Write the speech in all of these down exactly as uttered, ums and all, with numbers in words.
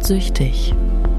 süchtig.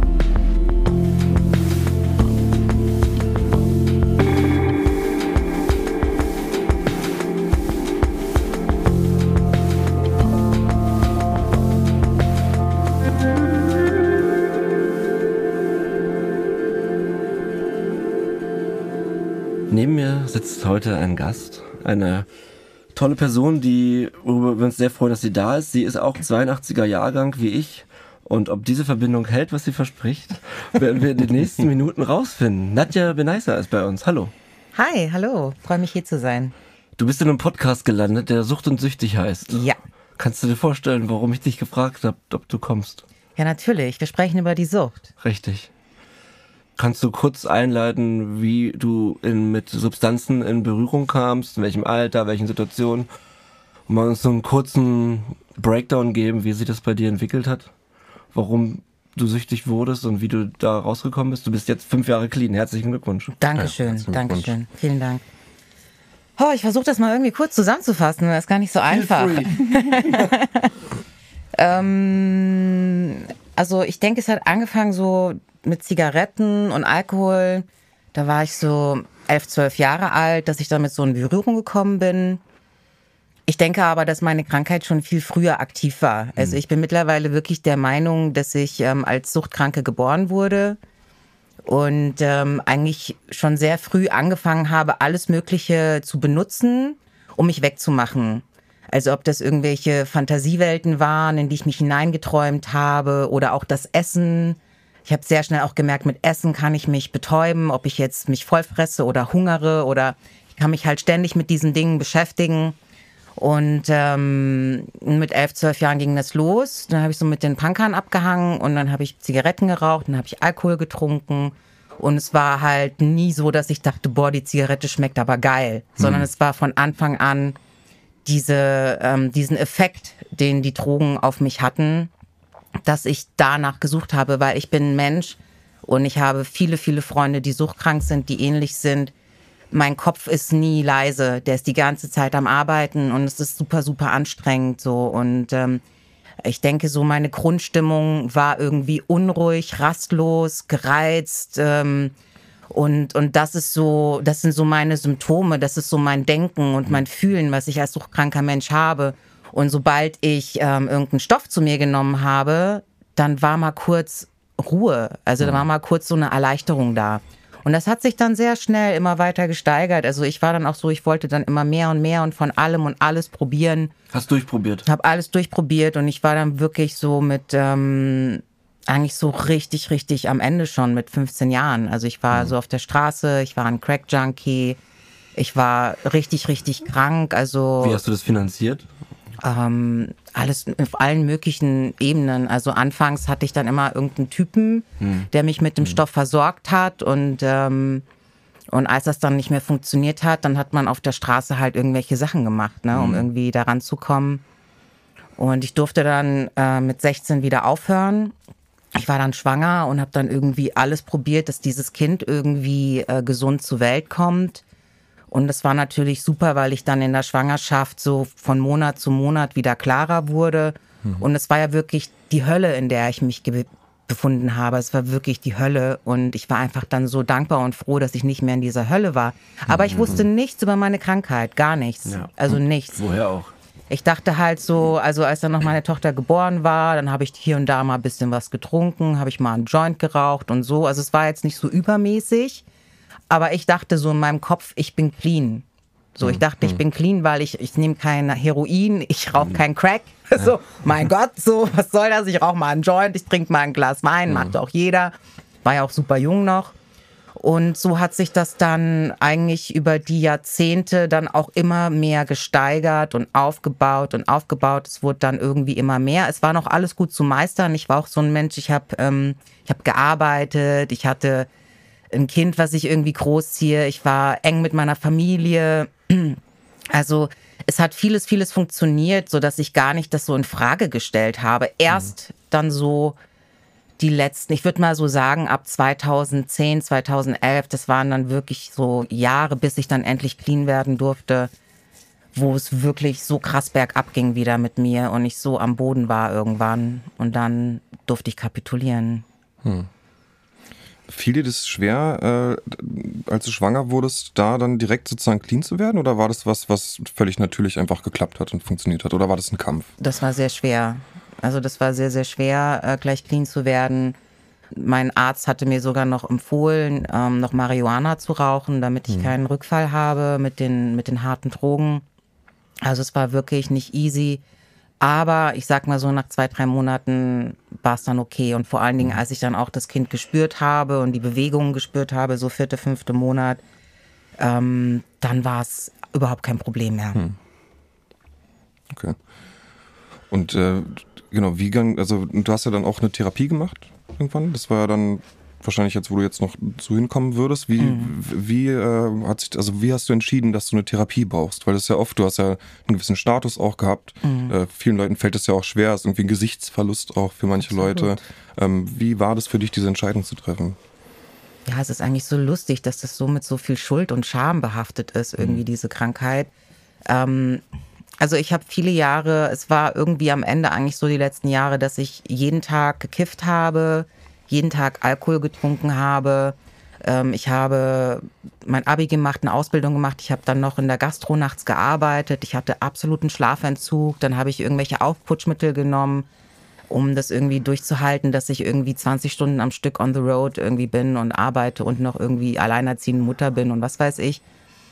Neben mir sitzt heute ein Gast, eine tolle Person, die, worüber wir uns sehr freuen, dass sie da ist. Sie ist auch zweiundachtziger Jahrgang wie ich. Und ob diese Verbindung hält, was sie verspricht, werden wir in den nächsten Minuten rausfinden. Nadja Benaisa ist bei uns. Hallo. Hi, hallo. Freue mich, hier zu sein. Du bist in einem Podcast gelandet, der Sucht und Süchtig heißt. Ja. Kannst du dir vorstellen, warum ich dich gefragt habe, ob du kommst? Ja, natürlich. Wir sprechen über die Sucht. Richtig. Kannst du kurz einleiten, wie du in, mit Substanzen in Berührung kamst, in welchem Alter, welchen Situationen? Und mal uns so einen kurzen Breakdown geben, wie sich das bei dir entwickelt hat, warum du süchtig wurdest und wie du da rausgekommen bist. Du bist jetzt fünf Jahre clean. Herzlichen Glückwunsch. Dankeschön, ja, Dankeschön. Vielen Dank. Oh, ich versuche das mal irgendwie kurz zusammenzufassen. Das ist gar nicht so einfach. ähm, also ich denke, es hat angefangen so mit Zigaretten und Alkohol. Da war ich so elf, zwölf Jahre alt, dass ich damit so in Berührung gekommen bin. Ich denke aber, dass meine Krankheit schon viel früher aktiv war. Also ich bin mittlerweile wirklich der Meinung, dass ich ähm, als Suchtkranke geboren wurde und ähm, eigentlich schon sehr früh angefangen habe, alles Mögliche zu benutzen, um mich wegzumachen. Also ob das irgendwelche Fantasiewelten waren, in die ich mich hineingeträumt habe, oder auch das Essen. Ich habe sehr schnell auch gemerkt, mit Essen kann ich mich betäuben, ob ich jetzt mich vollfresse oder hungere, oder ich kann mich halt ständig mit diesen Dingen beschäftigen. Und ähm, mit elf, zwölf Jahren ging das los. Dann habe ich so mit den Punkern abgehangen und dann habe ich Zigaretten geraucht, dann habe ich Alkohol getrunken. Und es war halt nie so, dass ich dachte, boah, die Zigarette schmeckt aber geil. Mhm. Sondern es war von Anfang an diese, ähm, diesen Effekt, den die Drogen auf mich hatten, dass ich danach gesucht habe, weil ich bin ein Mensch und ich habe viele, viele Freunde, die suchtkrank sind, die ähnlich sind. Mein Kopf ist nie leise, der ist die ganze Zeit am Arbeiten und es ist super, super anstrengend so. Und ähm, ich denke so, meine Grundstimmung war irgendwie unruhig, rastlos, gereizt ähm, und und das ist so, das sind so meine Symptome, das ist so mein Denken und mein Fühlen, was ich als suchtkranker Mensch habe. Und sobald ich ähm, irgendeinen Stoff zu mir genommen habe, dann war mal kurz Ruhe. Also da war mal kurz so eine Erleichterung da. Und das hat sich dann sehr schnell immer weiter gesteigert. Also ich war dann auch so, ich wollte dann immer mehr und mehr und von allem und alles probieren. Hast durchprobiert? Hab alles durchprobiert und ich war dann wirklich so mit, ähm, eigentlich so richtig, richtig am Ende schon mit fünfzehn Jahren. Also ich war mhm. so auf der Straße, ich war ein Crack-Junkie, ich war richtig, richtig krank. Also wie hast du das finanziert? Ähm, alles auf allen möglichen Ebenen. Also anfangs hatte ich dann immer irgendeinen Typen, hm. der mich mit dem hm. Stoff versorgt hat und ähm, und als das dann nicht mehr funktioniert hat, dann hat man auf der Straße halt irgendwelche Sachen gemacht, ne, um hm. irgendwie da ranzukommen. Und ich durfte dann äh, mit sechzehn wieder aufhören. Ich war dann schwanger und habe dann irgendwie alles probiert, dass dieses Kind irgendwie äh, gesund zur Welt kommt. Und das war natürlich super, weil ich dann in der Schwangerschaft so von Monat zu Monat wieder klarer wurde. Mhm. Und es war ja wirklich die Hölle, in der ich mich ge- befunden habe. Es war wirklich die Hölle. Und ich war einfach dann so dankbar und froh, dass ich nicht mehr in dieser Hölle war. Aber ich wusste nichts über meine Krankheit, gar nichts. Ja. Also nichts. Woher auch? Ich dachte halt so, also als dann noch meine Tochter geboren war, dann habe ich hier und da mal ein bisschen was getrunken, habe ich mal einen Joint geraucht und so. Also es war jetzt nicht so übermäßig. Aber ich dachte so in meinem Kopf, ich bin clean. So, ich dachte, ich bin clean, weil ich, ich nehme kein Heroin, ich rauche kein Crack. So, mein Gott, so, was soll das? Ich rauche mal einen Joint, ich trinke mal ein Glas Wein, macht auch jeder. War ja auch super jung noch. Und so hat sich das dann eigentlich über die Jahrzehnte dann auch immer mehr gesteigert und aufgebaut und aufgebaut. Es wurde dann irgendwie immer mehr. Es war noch alles gut zu meistern. Ich war auch so ein Mensch, ich habe ähm, ich hab gearbeitet, ich hatte ein Kind, was ich irgendwie großziehe. Ich war eng mit meiner Familie. Also es hat vieles, vieles funktioniert, sodass ich gar nicht das so in Frage gestellt habe. Erst mhm. dann so die letzten, ich würde mal so sagen, ab zweitausendzehn, zweitausendelf, das waren dann wirklich so Jahre, bis ich dann endlich clean werden durfte, wo es wirklich so krass bergab ging wieder mit mir und ich so am Boden war irgendwann. Und dann durfte ich kapitulieren. Hm. Fiel dir das schwer, äh, als du schwanger wurdest, da dann direkt sozusagen clean zu werden? Oder war das was, was völlig natürlich einfach geklappt hat und funktioniert hat? Oder war das ein Kampf? Das war sehr schwer. Also das war sehr, sehr schwer, äh, gleich clean zu werden. Mein Arzt hatte mir sogar noch empfohlen, ähm, noch Marihuana zu rauchen, damit ich mhm. keinen Rückfall habe mit den, mit den harten Drogen. Also es war wirklich nicht easy. Aber ich sag mal so, nach zwei, drei Monaten war es dann okay. Und vor allen Dingen, als ich dann auch das Kind gespürt habe und die Bewegungen gespürt habe, so vierte, fünfte Monat, ähm, dann war es überhaupt kein Problem mehr. Hm. Okay. Und äh, genau, wie gang, also du hast ja dann auch eine Therapie gemacht irgendwann. Das war ja dann wahrscheinlich jetzt, wo du jetzt noch so hinkommen würdest. Wie, mhm. wie äh, hat sich, also wie hast du entschieden, dass du eine Therapie brauchst? Weil das ist ja oft, du hast ja einen gewissen Status auch gehabt. Mhm. Äh, vielen Leuten fällt das ja auch schwer, ist irgendwie ein Gesichtsverlust auch für manche Absolut. Leute. Ähm, wie war das für dich, diese Entscheidung zu treffen? Ja, es ist eigentlich so lustig, dass das so mit so viel Schuld und Scham behaftet ist, irgendwie mhm. diese Krankheit. Ähm, also ich habe viele Jahre, es war irgendwie am Ende eigentlich so die letzten Jahre, dass ich jeden Tag gekifft habe, jeden Tag Alkohol getrunken habe. Ähm, ich habe mein Abi gemacht, eine Ausbildung gemacht. Ich habe dann noch in der Gastro nachts gearbeitet. Ich hatte absoluten Schlafentzug. Dann habe ich irgendwelche Aufputschmittel genommen, um das irgendwie durchzuhalten, dass ich irgendwie zwanzig Stunden am Stück on the road irgendwie bin und arbeite und noch irgendwie alleinerziehende Mutter bin und was weiß ich.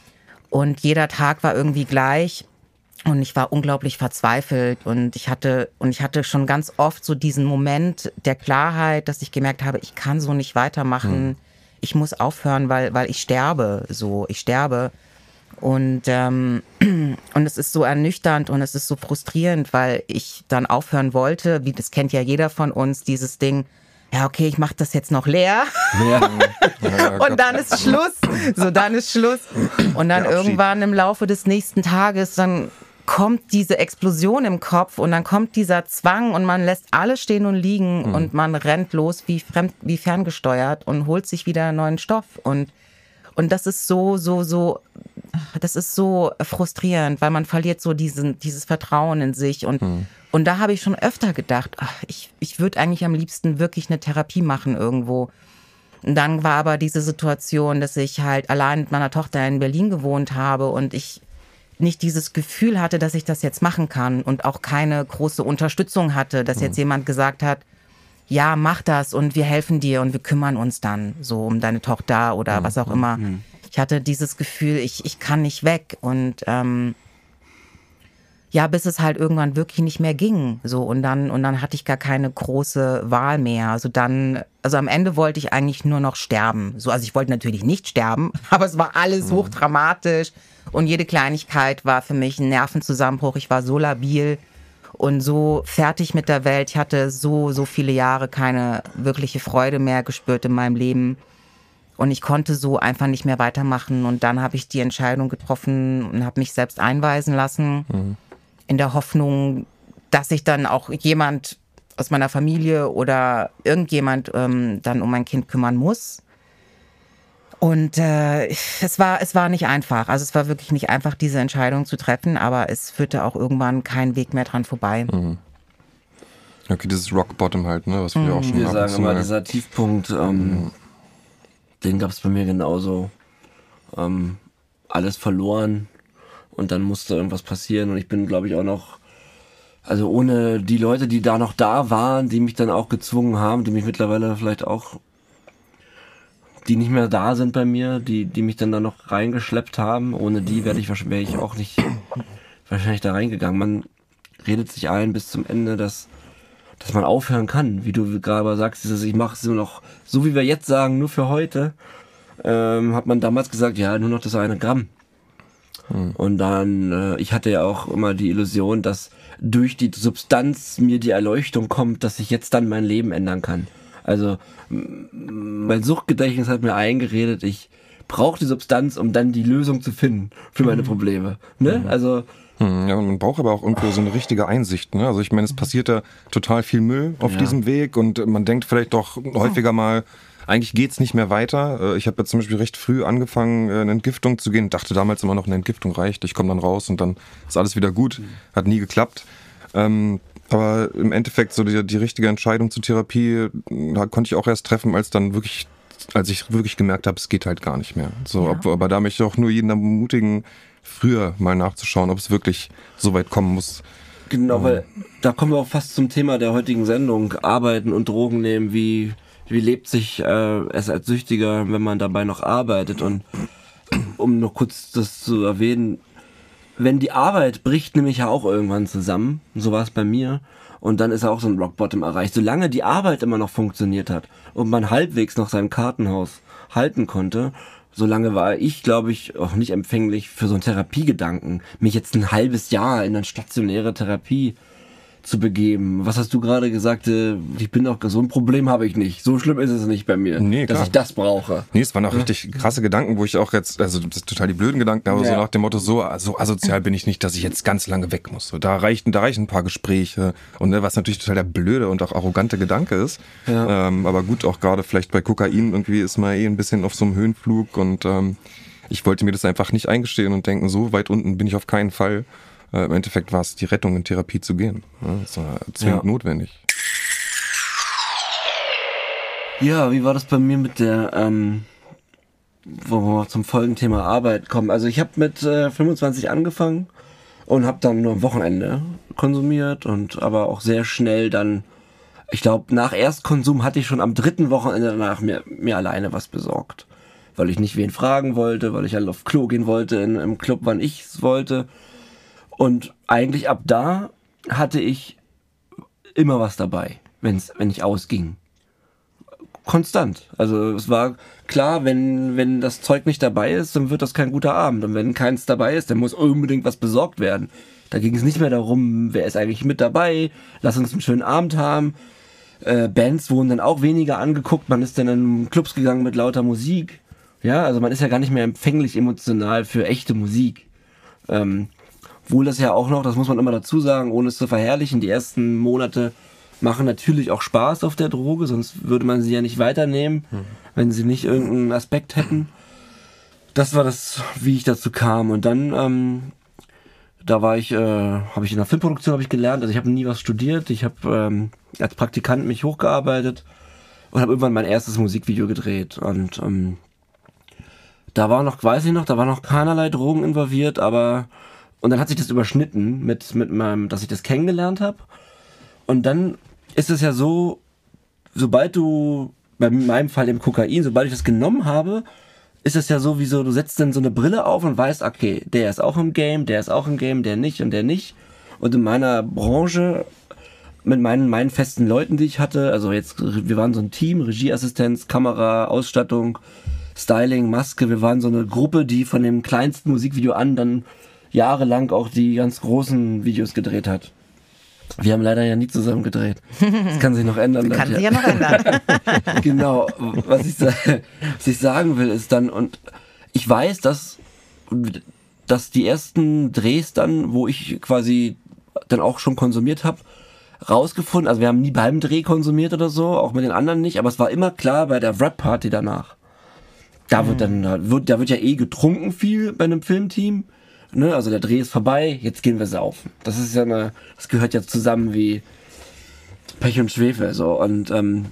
Und jeder Tag war irgendwie gleich. Und ich war unglaublich verzweifelt und ich hatte und ich hatte schon ganz oft so diesen Moment der Klarheit, dass ich gemerkt habe, ich kann so nicht weitermachen. Hm. Ich muss aufhören, weil weil ich sterbe, so ich sterbe. Und ähm, und es ist so ernüchternd und es ist so frustrierend, weil ich dann aufhören wollte. Wie das kennt ja jeder von uns, dieses Ding. Ja, okay, ich mache das jetzt noch leer. Ja. Und dann ist Schluss. So, dann ist Schluss. Und dann irgendwann im Laufe des nächsten Tages, dann kommt diese Explosion im Kopf und dann kommt dieser Zwang und man lässt alles stehen und liegen mhm. und man rennt los wie fremd, wie ferngesteuert und holt sich wieder neuen Stoff. Und, und das ist so, so, so, das ist so frustrierend, weil man verliert so diesen, dieses Vertrauen in sich und mhm. Und da habe ich schon öfter gedacht, ach, ich, ich würde eigentlich am liebsten wirklich eine Therapie machen irgendwo. Und dann war aber diese Situation, dass ich halt allein mit meiner Tochter in Berlin gewohnt habe und ich nicht dieses Gefühl hatte, dass ich das jetzt machen kann und auch keine große Unterstützung hatte, dass jetzt jemand gesagt hat, ja, mach das und wir helfen dir und wir kümmern uns dann so um deine Tochter oder was auch immer. Ich hatte dieses Gefühl, ich, ich kann nicht weg und ähm, ja, bis es halt irgendwann wirklich nicht mehr ging, so und dann und dann hatte ich gar keine große Wahl mehr. Also dann, also am Ende wollte ich eigentlich nur noch sterben. So, also ich wollte natürlich nicht sterben, aber es war alles hochdramatisch und jede Kleinigkeit war für mich ein Nervenzusammenbruch. Ich war so labil und so fertig mit der Welt. Ich hatte so so viele Jahre keine wirkliche Freude mehr gespürt in meinem Leben. Und ich konnte so einfach nicht mehr weitermachen. Und dann habe ich die Entscheidung getroffen und habe mich selbst einweisen lassen. Mhm. In der Hoffnung, dass sich dann auch jemand aus meiner Familie oder irgendjemand ähm, dann um mein Kind kümmern muss. Und äh, es war es war nicht einfach. Also es war wirklich nicht einfach, diese Entscheidung zu treffen, aber es führte auch irgendwann kein Weg mehr dran vorbei. Mhm. Okay, dieses Rock Bottom halt, ne, was wir mhm. auch schon Wir sagen immer, dieser Tiefpunkt, ähm, mhm. den gab es bei mir genauso. Ähm, alles verloren. Und dann musste irgendwas passieren und ich bin, glaube ich, auch noch, also ohne die Leute, die da noch da waren, die mich dann auch gezwungen haben, die mich mittlerweile vielleicht auch, die nicht mehr da sind bei mir, die die mich dann da noch reingeschleppt haben, ohne die wäre ich, wäre ich auch nicht wahrscheinlich da reingegangen. Man redet sich ein bis zum Ende, dass dass man aufhören kann, wie du gerade sagst, dieses, ich mache es nur noch, so wie wir jetzt sagen, nur für heute, ähm, hat man damals gesagt, ja, nur noch das eine Gramm. Und dann, äh, ich hatte ja auch immer die Illusion, dass durch die Substanz mir die Erleuchtung kommt, dass ich jetzt dann mein Leben ändern kann. Also m- mein Suchtgedächtnis hat mir eingeredet, ich brauche die Substanz, um dann die Lösung zu finden für meine Probleme. Ne? Also ja, man braucht aber auch irgendwo so eine richtige Einsicht. Ne? Also ich meine, es passiert ja total viel Müll auf ja. diesem Weg und man denkt vielleicht doch häufiger mal, eigentlich geht's nicht mehr weiter. Ich habe jetzt zum Beispiel recht früh angefangen, eine Entgiftung zu gehen. Dachte damals immer noch, eine Entgiftung reicht. Ich komme dann raus und dann ist alles wieder gut. Hat nie geklappt. Ähm, Aber im Endeffekt so die, die richtige Entscheidung zur Therapie, da konnte ich auch erst treffen, als dann wirklich, als ich wirklich gemerkt habe, es geht halt gar nicht mehr. So, Ja. ob, aber da möchte ich auch nur jeden ermutigen, früher mal nachzuschauen, ob es wirklich so weit kommen muss. Genau, weil da kommen wir auch fast zum Thema der heutigen Sendung. Arbeiten und Drogen nehmen, wie, wie lebt sich äh, es als Süchtiger, wenn man dabei noch arbeitet? Und um noch kurz das zu erwähnen, wenn die Arbeit bricht nämlich ja auch irgendwann zusammen, so war es bei mir, und dann ist auch so ein Rock Bottom erreicht. Solange die Arbeit immer noch funktioniert hat und man halbwegs noch sein Kartenhaus halten konnte, solange war ich, glaube ich, auch nicht empfänglich für so einen Therapiegedanken, mich jetzt ein halbes Jahr in eine stationäre Therapie zu begeben. Was hast du gerade gesagt? Äh, ich bin auch, so ein Problem habe ich nicht. So schlimm ist es nicht bei mir, Nee, dass klar. ich das brauche. Nee, es waren auch richtig krasse Gedanken, wo ich auch jetzt, also das ist total die blöden Gedanken, aber Ja. so nach dem Motto, so, so asozial bin ich nicht, dass ich jetzt ganz lange weg muss. So, da reichen, da reichen ein paar Gespräche und ne, was natürlich total der blöde und auch arrogante Gedanke ist. Ja. Ähm, aber gut, auch gerade vielleicht bei Kokain irgendwie ist man eh ein bisschen auf so einem Höhenflug und ähm, ich wollte mir das einfach nicht eingestehen und denken, so weit unten bin ich auf keinen Fall. Äh, Im Endeffekt war es die Rettung, in Therapie zu gehen. Ja, das war zwingend Ja. notwendig. Ja, wie war das bei mir mit der, ähm, wo wir zum Folgenthema Arbeit kommen? Also ich habe mit äh, fünfundzwanzig angefangen und habe dann nur am Wochenende konsumiert und aber auch sehr schnell dann, ich glaube, nach Erstkonsum hatte ich schon am dritten Wochenende danach mir, mir alleine was besorgt. Weil ich nicht wen fragen wollte, weil ich halt auf Klo gehen wollte in, im Club, wann ich es wollte. Und eigentlich ab da hatte ich immer was dabei, wenn's, wenn ich ausging. Konstant. Also es war klar, wenn, wenn das Zeug nicht dabei ist, dann wird das kein guter Abend. Und wenn keins dabei ist, dann muss unbedingt was besorgt werden. Da ging es nicht mehr darum, wer ist eigentlich mit dabei, lass uns einen schönen Abend haben. Äh, Bands wurden dann auch weniger angeguckt, man ist dann in Clubs gegangen mit lauter Musik. Ja, also man ist ja gar nicht mehr empfänglich emotional für echte Musik. Ähm, Obwohl das ja auch noch, das muss man immer dazu sagen, ohne es zu verherrlichen, die ersten Monate machen natürlich auch Spaß auf der Droge, sonst würde man sie ja nicht weiternehmen, mhm. wenn sie nicht irgendeinen Aspekt hätten. Das war das, wie ich dazu kam. Und dann, ähm, da war ich, äh, habe ich in der Filmproduktion habe ich gelernt, also ich habe nie was studiert, ich habe ähm, als Praktikant mich hochgearbeitet und habe irgendwann mein erstes Musikvideo gedreht. Und ähm, da war noch, weiß ich noch, da war noch keinerlei Drogen involviert, aber und dann hat sich das überschnitten mit, mit meinem, dass ich das kennengelernt habe. Und dann ist es ja so, sobald du, bei meinem Fall im Kokain, sobald ich das genommen habe, ist es ja so, wie so, du setzt dann so eine Brille auf und weißt, okay, der ist auch im Game, der ist auch im Game, der nicht und der nicht. Und in meiner Branche, mit meinen, meinen festen Leuten, die ich hatte, also jetzt, wir waren so ein Team, Regieassistenz, Kamera, Ausstattung, Styling, Maske, wir waren so eine Gruppe, die von dem kleinsten Musikvideo an dann jahrelang auch die ganz großen Videos gedreht hat. Wir haben leider ja nie zusammen gedreht. Das kann sich noch ändern. Kann sich ja noch ändern. Genau. Was ich, was ich sagen will ist dann, und ich weiß, dass, dass die ersten Drehs dann, wo ich quasi dann auch schon konsumiert habe, rausgefunden, also wir haben nie beim Dreh konsumiert oder so, auch mit den anderen nicht, aber es war immer klar bei der Rap-Party danach. Da wird dann, da wird, da wird ja eh getrunken viel bei einem Filmteam. Ne, also der Dreh ist vorbei, jetzt gehen wir saufen. Das ist ja eine, das gehört ja zusammen wie Pech und Schwefel, so. Und, ähm,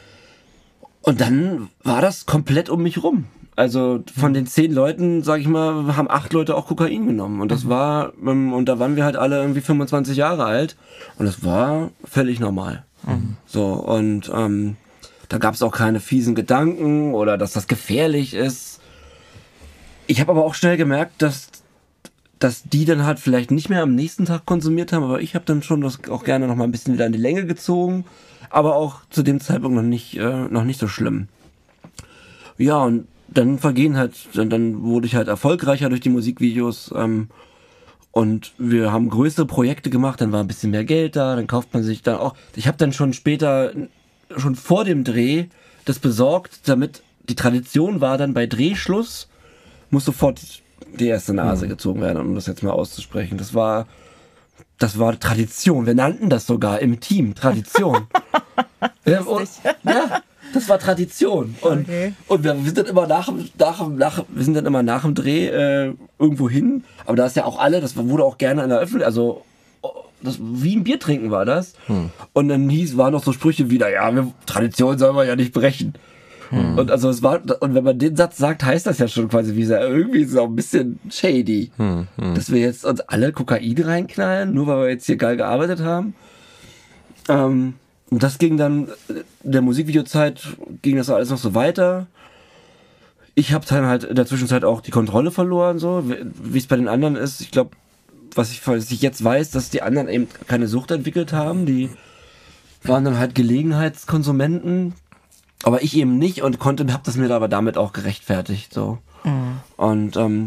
und dann war das komplett um mich rum. Also von den zehn Leuten, sag ich mal, haben acht Leute auch Kokain genommen. Und das war, ähm, und da waren wir halt alle irgendwie fünfundzwanzig Jahre alt. Und das war völlig normal. Mhm. So, und, ähm, da gab es auch keine fiesen Gedanken oder dass das gefährlich ist. Ich habe aber auch schnell gemerkt, dass dass die dann halt vielleicht nicht mehr am nächsten Tag konsumiert haben, aber ich habe dann schon das auch gerne noch mal ein bisschen wieder in die Länge gezogen, aber auch zu dem Zeitpunkt noch nicht äh, noch nicht so schlimm. Ja, und dann vergehen halt, dann, dann wurde ich halt erfolgreicher durch die Musikvideos ähm, und wir haben größere Projekte gemacht, dann war ein bisschen mehr Geld da, dann kauft man sich dann auch, ich habe dann schon später, schon vor dem Dreh das besorgt, damit die Tradition war dann bei Drehschluss, muss sofort die erste Nase gezogen werden, um das jetzt mal auszusprechen. Das war, das war Tradition. Wir nannten das sogar im Team Tradition. ja, und, ja, das war Tradition. Und, okay. und wir, wir sind dann immer nach, nach, nach, wir sind dann immer nach dem Dreh äh, irgendwo hin. Aber da ist ja auch alle, das wurde auch gerne in der Öffentlichkeit, also das, wie ein Bier trinken war das. Hm. Und dann hieß, waren noch so Sprüche wie, ja, wir, Tradition soll man ja nicht brechen. Hm. Und also es war, und wenn man den Satz sagt, heißt das ja schon quasi wie, irgendwie ist es auch ein bisschen shady. Hm. Hm. Dass wir jetzt uns alle Kokain reinknallen, nur weil wir jetzt hier geil gearbeitet haben. Ähm, und das ging dann, in der Musikvideozeit ging das alles noch so weiter. Ich habe dann halt in der Zwischenzeit auch die Kontrolle verloren, so wie es bei den anderen ist. Ich glaube, was ich, was ich jetzt weiß, dass die anderen eben keine Sucht entwickelt haben. Die waren dann halt Gelegenheitskonsumenten, aber ich eben nicht und konnte, habe das mir aber damit auch gerechtfertigt. So. Mhm. Und ähm,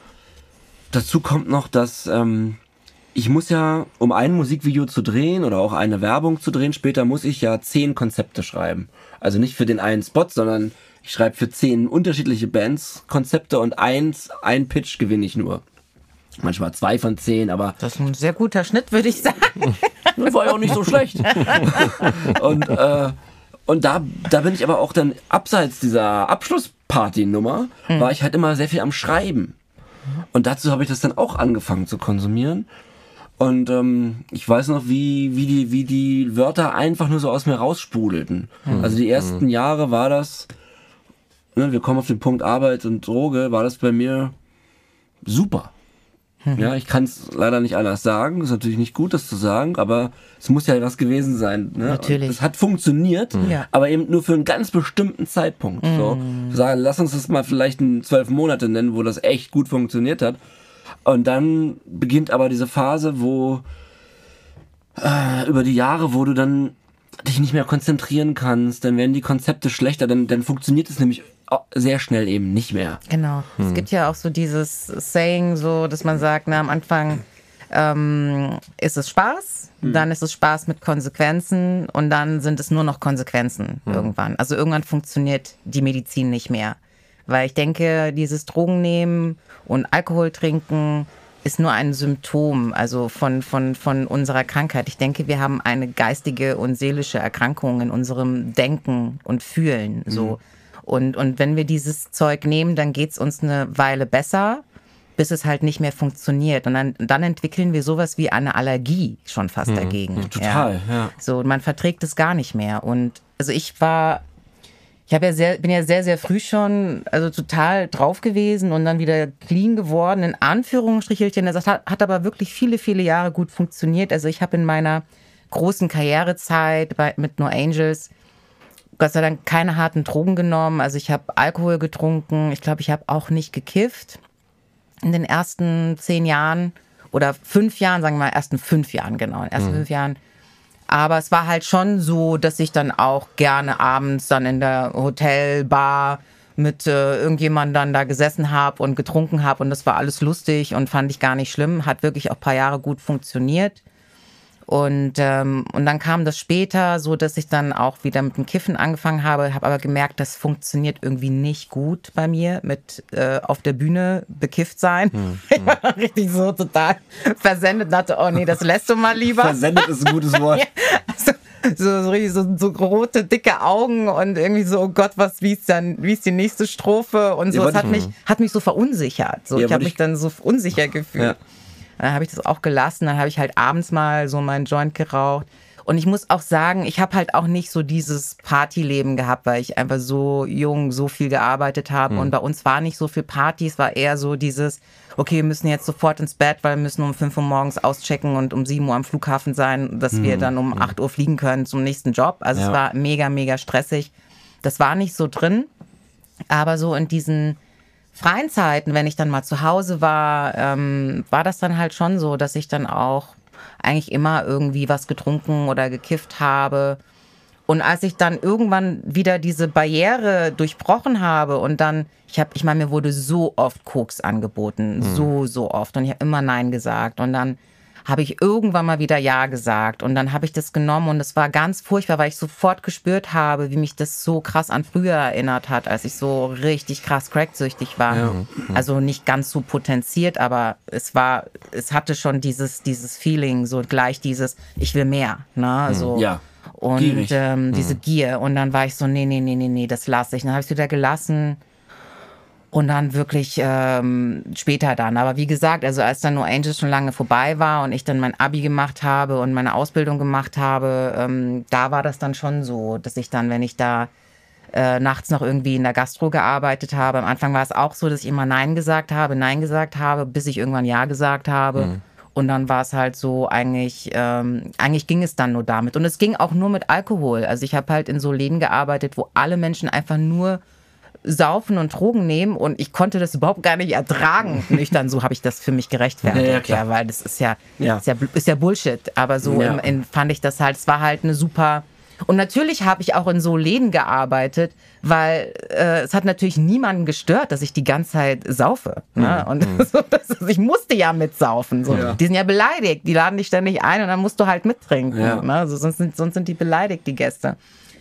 dazu kommt noch, dass ähm, ich muss ja, um ein Musikvideo zu drehen oder auch eine Werbung zu drehen, später muss ich ja zehn Konzepte schreiben. Also nicht für den einen Spot, sondern ich schreibe für zehn unterschiedliche Bands Konzepte und eins, ein Pitch gewinne ich nur. Manchmal zwei von zehn, aber... Das ist ein sehr guter Schnitt, würde ich sagen. Das war ja auch nicht so schlecht. und äh, und da, da bin ich aber auch dann, abseits dieser Abschlussparty-Nummer, mhm. war ich halt immer sehr viel am Schreiben. Und dazu habe ich das dann auch angefangen zu konsumieren. Und ähm, ich weiß noch, wie, wie, die, wie die Wörter einfach nur so aus mir raussprudelten. Mhm. Also die ersten mhm. Jahre war das... Wir kommen auf den Punkt Arbeit und Droge, war das bei mir super. Mhm. Ja, ich kann es leider nicht anders sagen. Ist natürlich nicht gut, das zu sagen, aber es muss ja was gewesen sein. Ne? Natürlich. Es hat funktioniert, mhm. aber eben nur für einen ganz bestimmten Zeitpunkt. Mhm. So, sagen, lass uns das mal vielleicht in zwölf Monate nennen, wo das echt gut funktioniert hat. Und dann beginnt aber diese Phase, wo äh, über die Jahre, wo du dann dich nicht mehr konzentrieren kannst, dann werden die Konzepte schlechter, dann, dann funktioniert es nämlich sehr schnell eben nicht mehr. Genau. Hm. Es gibt ja auch so dieses Saying, so, dass man sagt, na, am Anfang ähm, ist es Spaß, hm. dann ist es Spaß mit Konsequenzen und dann sind es nur noch Konsequenzen hm. irgendwann. Also irgendwann funktioniert die Medizin nicht mehr. Weil ich denke, dieses Drogennehmen und Alkohol trinken ist nur ein Symptom, also von, von, von unserer Krankheit. Ich denke, wir haben eine geistige und seelische Erkrankung in unserem Denken und Fühlen, so. Mhm. Und, und wenn wir dieses Zeug nehmen, dann geht's uns eine Weile besser, bis es halt nicht mehr funktioniert. Und dann, dann entwickeln wir sowas wie eine Allergie schon fast mhm. dagegen. Ja, total, ja. ja. So, man verträgt es gar nicht mehr. Und also ich war, ich habe ja sehr, bin ja sehr, sehr früh schon, also total drauf gewesen und dann wieder clean geworden, in Anführungsstrichelchen. Das hat, hat aber wirklich viele, viele Jahre gut funktioniert. Also ich habe in meiner großen Karrierezeit bei, mit No Angels Gott sei Dank keine harten Drogen genommen. Also ich habe Alkohol getrunken. Ich glaube, ich habe auch nicht gekifft in den ersten zehn Jahren oder fünf Jahren, sagen wir mal, ersten fünf Jahren, genau, in den ersten mhm. fünf Jahren. Aber es war halt schon so, dass ich dann auch gerne abends dann in der Hotelbar mit äh, irgendjemandem dann da gesessen habe und getrunken habe und das war alles lustig und fand ich gar nicht schlimm. Hat wirklich auch ein paar Jahre gut funktioniert. Und, ähm, und dann kam das später, so dass ich dann auch wieder mit dem Kiffen angefangen habe, habe aber gemerkt, das funktioniert irgendwie nicht gut bei mir mit äh, auf der Bühne bekifft sein. Hm, ich war hm. richtig so total versendet, dachte, oh nee, das lässt du mal lieber. Versendet ist ein gutes Wort. Ja, also, so, so, so, so rote, dicke Augen und irgendwie so, oh Gott, was, wie ist dann, wie ist die nächste Strophe und so. Ja, es hat mich, hat mich so verunsichert. So, ja, ich habe mich dann so unsicher gefühlt. Ja. Dann habe ich das auch gelassen, dann habe ich halt abends mal so meinen Joint geraucht. Und ich muss auch sagen, ich habe halt auch nicht so dieses Partyleben gehabt, weil ich einfach so jung so viel gearbeitet habe. Mhm. Und bei uns war nicht so viel Party, es war eher so dieses, okay, wir müssen jetzt sofort ins Bett, weil wir müssen um fünf Uhr morgens auschecken und um sieben Uhr am Flughafen sein, dass mhm. wir dann um acht Uhr fliegen können zum nächsten Job. Also ja. es war mega, mega stressig. Das war nicht so drin, aber so in diesen freien Zeiten, wenn ich dann mal zu Hause war, ähm, war das dann halt schon so, dass ich dann auch eigentlich immer irgendwie was getrunken oder gekifft habe. Und als ich dann irgendwann wieder diese Barriere durchbrochen habe und dann, ich habe, ich meine, mir wurde so oft Koks angeboten, mhm. so, so oft und ich habe immer Nein gesagt und dann habe ich irgendwann mal wieder Ja gesagt und dann habe ich das genommen und es war ganz furchtbar, weil ich sofort gespürt habe, wie mich das so krass an früher erinnert hat, als ich so richtig krass cracksüchtig war. Ja. Also nicht ganz so potenziert, aber es war, es hatte schon dieses, dieses Feeling, so gleich dieses, ich will mehr, ne, so. Ja. Und ähm, diese Gier und dann war ich so, nee, nee, nee, nee, nee, das lasse ich. Dann habe ich es wieder gelassen. Und dann wirklich ähm, später dann. Aber wie gesagt, also als dann No Angels schon lange vorbei war und ich dann mein Abi gemacht habe und meine Ausbildung gemacht habe, ähm, da war das dann schon so, dass ich dann, wenn ich da äh, nachts noch irgendwie in der Gastro gearbeitet habe, am Anfang war es auch so, dass ich immer Nein gesagt habe, Nein gesagt habe, bis ich irgendwann Ja gesagt habe. Mhm. Und dann war es halt so, eigentlich, ähm, eigentlich ging es dann nur damit. Und es ging auch nur mit Alkohol. Also ich habe halt in so Läden gearbeitet, wo alle Menschen einfach nur saufen und Drogen nehmen und ich konnte das überhaupt gar nicht ertragen. Nüchtern, so habe ich das für mich gerechtfertigt. Ja, ja, klar. Ja, weil das ist ja, ja. Ist ja, ist ja Bullshit. Aber so ja. in, in, fand ich das halt, es war halt eine super... Und natürlich habe ich auch in so Läden gearbeitet, weil äh, es hat natürlich niemanden gestört, dass ich die ganze Zeit saufe. Ne? Mhm. Und so, das, ich musste ja mitsaufen. So. Ja. Die sind ja beleidigt, die laden dich ständig ein und dann musst du halt mittrinken. Ja. Ne? Also sonst, sind, sonst sind die beleidigt, die Gäste.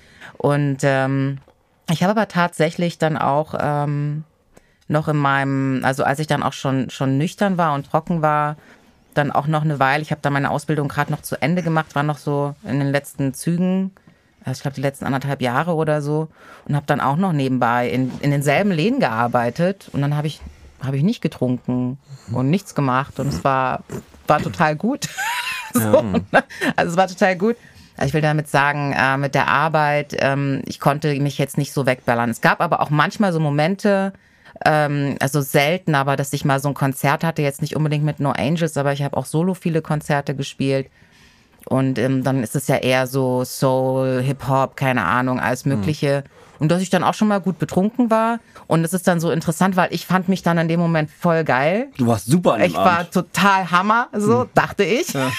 Und ähm, ich habe aber tatsächlich dann auch ähm, noch in meinem, also als ich dann auch schon, schon nüchtern war und trocken war, dann auch noch eine Weile, ich habe da meine Ausbildung gerade noch zu Ende gemacht, war noch so in den letzten Zügen, ich glaube die letzten anderthalb Jahre oder so und habe dann auch noch nebenbei in, in denselben Läden gearbeitet und dann habe ich, hab ich nicht getrunken und nichts gemacht und es war, war total gut. so, ja. Also es war total gut. Ich will damit sagen, äh, mit der Arbeit, ähm, ich konnte mich jetzt nicht so wegballern. Es gab aber auch manchmal so Momente, ähm, also selten, aber dass ich mal so ein Konzert hatte, jetzt nicht unbedingt mit No Angels, aber ich habe auch solo viele Konzerte gespielt. Und ähm, dann ist es ja eher so Soul, Hip-Hop, keine Ahnung, alles Mögliche. Mhm. Und dass ich dann auch schon mal gut betrunken war. Und es ist dann so interessant, weil ich fand mich dann in dem Moment voll geil. Du warst super an dem Ich war Abend. total Hammer, so mhm. dachte ich. Ja.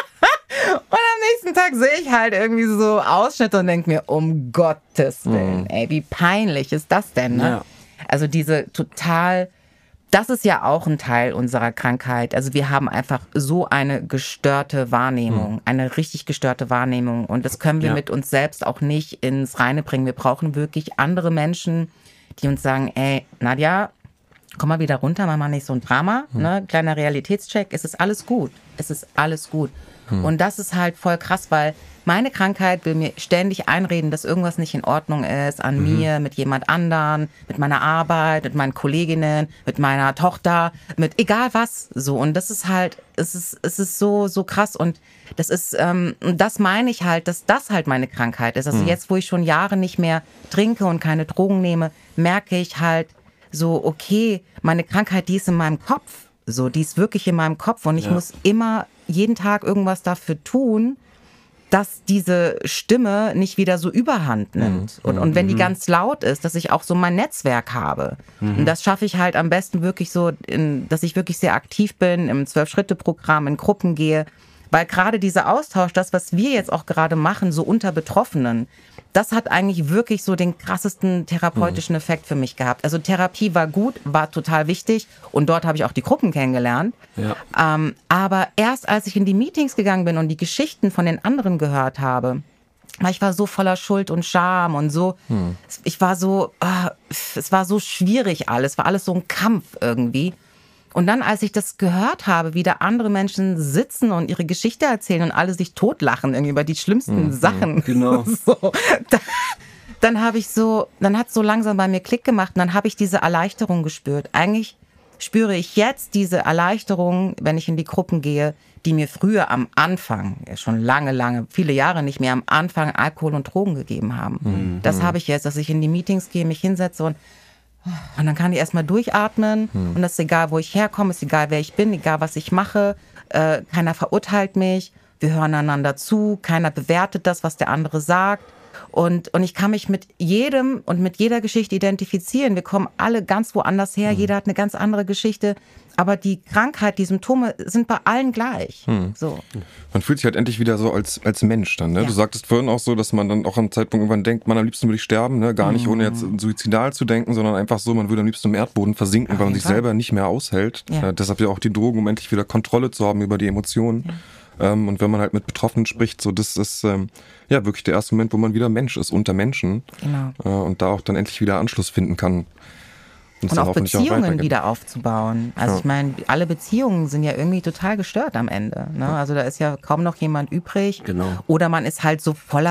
Und am nächsten Tag sehe ich halt irgendwie so Ausschnitte und denke mir, um Gottes Willen, mhm. ey, wie peinlich ist das denn, ne? Ja. Also diese total, das ist ja auch ein Teil unserer Krankheit. Also wir haben einfach so eine gestörte Wahrnehmung, mhm. eine richtig gestörte Wahrnehmung. Und das können wir ja. mit uns selbst auch nicht ins Reine bringen. Wir brauchen wirklich andere Menschen, die uns sagen, ey, Nadja, komm mal wieder runter, mach mal nicht so ein Drama, mhm. ne? Kleiner Realitätscheck, es ist alles gut, es ist alles gut. Mhm. Und das ist halt voll krass, weil meine Krankheit will mir ständig einreden, dass irgendwas nicht in Ordnung ist an mhm. mir, mit jemand anderen, mit meiner Arbeit, mit meinen Kolleginnen, mit meiner Tochter, mit egal was, so. Und das ist halt, es ist, es ist so, so krass und das ist, ähm, das meine ich halt, dass das halt meine Krankheit ist. Also mhm. jetzt, wo ich schon Jahre nicht mehr trinke und keine Drogen nehme, merke ich halt so, okay, meine Krankheit, die ist in meinem Kopf, so, die ist wirklich in meinem Kopf und ich ja. muss immer jeden Tag irgendwas dafür tun, dass diese Stimme nicht wieder so Überhand nimmt. Mhm. Und, und wenn die ganz laut ist, dass ich auch so mein Netzwerk habe. Mhm. Und das schaffe ich halt am besten wirklich so, in, dass ich wirklich sehr aktiv bin, im Zwölf-Schritte-Programm, in Gruppen gehe. Weil gerade dieser Austausch, das, was wir jetzt auch gerade machen, so unter Betroffenen, das hat eigentlich wirklich so den krassesten therapeutischen Effekt für mich gehabt. Also Therapie war gut, war total wichtig und dort habe ich auch die Gruppen kennengelernt. Ja. Ähm, aber erst als ich in die Meetings gegangen bin und die Geschichten von den anderen gehört habe, weil ich war so voller Schuld und Scham und so, hm. ich war so, äh, es war so schwierig alles, war alles so ein Kampf irgendwie. Und dann, als ich das gehört habe, wie da andere Menschen sitzen und ihre Geschichte erzählen und alle sich totlachen irgendwie über die schlimmsten mhm, Sachen. Genau. So, da, dann habe ich so, dann hat es so langsam bei mir Klick gemacht und dann habe ich diese Erleichterung gespürt. Eigentlich spüre ich jetzt diese Erleichterung, wenn ich in die Gruppen gehe, die mir früher am Anfang, ja schon lange, lange, viele Jahre nicht mehr, am Anfang Alkohol und Drogen gegeben haben. Mhm. Das habe ich jetzt, dass ich in die Meetings gehe, mich hinsetze und Und dann kann ich erstmal durchatmen hm. und das ist egal, wo ich herkomme, ist egal, wer ich bin, egal, was ich mache. Äh, keiner verurteilt mich, wir hören einander zu, keiner bewertet das, was der andere sagt. Und, und ich kann mich mit jedem und mit jeder Geschichte identifizieren. Wir kommen alle ganz woanders her, hm. jeder hat eine ganz andere Geschichte. Aber die Krankheit, die Symptome sind bei allen gleich. Hm. So. Man fühlt sich halt endlich wieder so als, als Mensch dann. Ne? Ja. Du sagtest vorhin auch so, dass man dann auch am Zeitpunkt irgendwann denkt, man am liebsten würde ich sterben. Ne? Gar nicht mhm. ohne jetzt suizidal zu denken, sondern einfach so, man würde am liebsten im Erdboden versinken, Auf weil man sich Fall. selber nicht mehr aushält. Ja. Äh, deshalb ja auch die Drogen, um endlich wieder Kontrolle zu haben über die Emotionen. Ja. Ähm, und wenn man halt mit Betroffenen spricht, so das ist ähm, ja wirklich der erste Moment, wo man wieder Mensch ist, unter Menschen. Genau. Äh, und da auch dann endlich wieder Anschluss finden kann. Und, und auch Beziehungen auch wieder aufzubauen. Also ja. ich meine, alle Beziehungen sind ja irgendwie total gestört am Ende. Ne? Also da ist ja kaum noch jemand übrig. Genau. Oder man ist halt so voller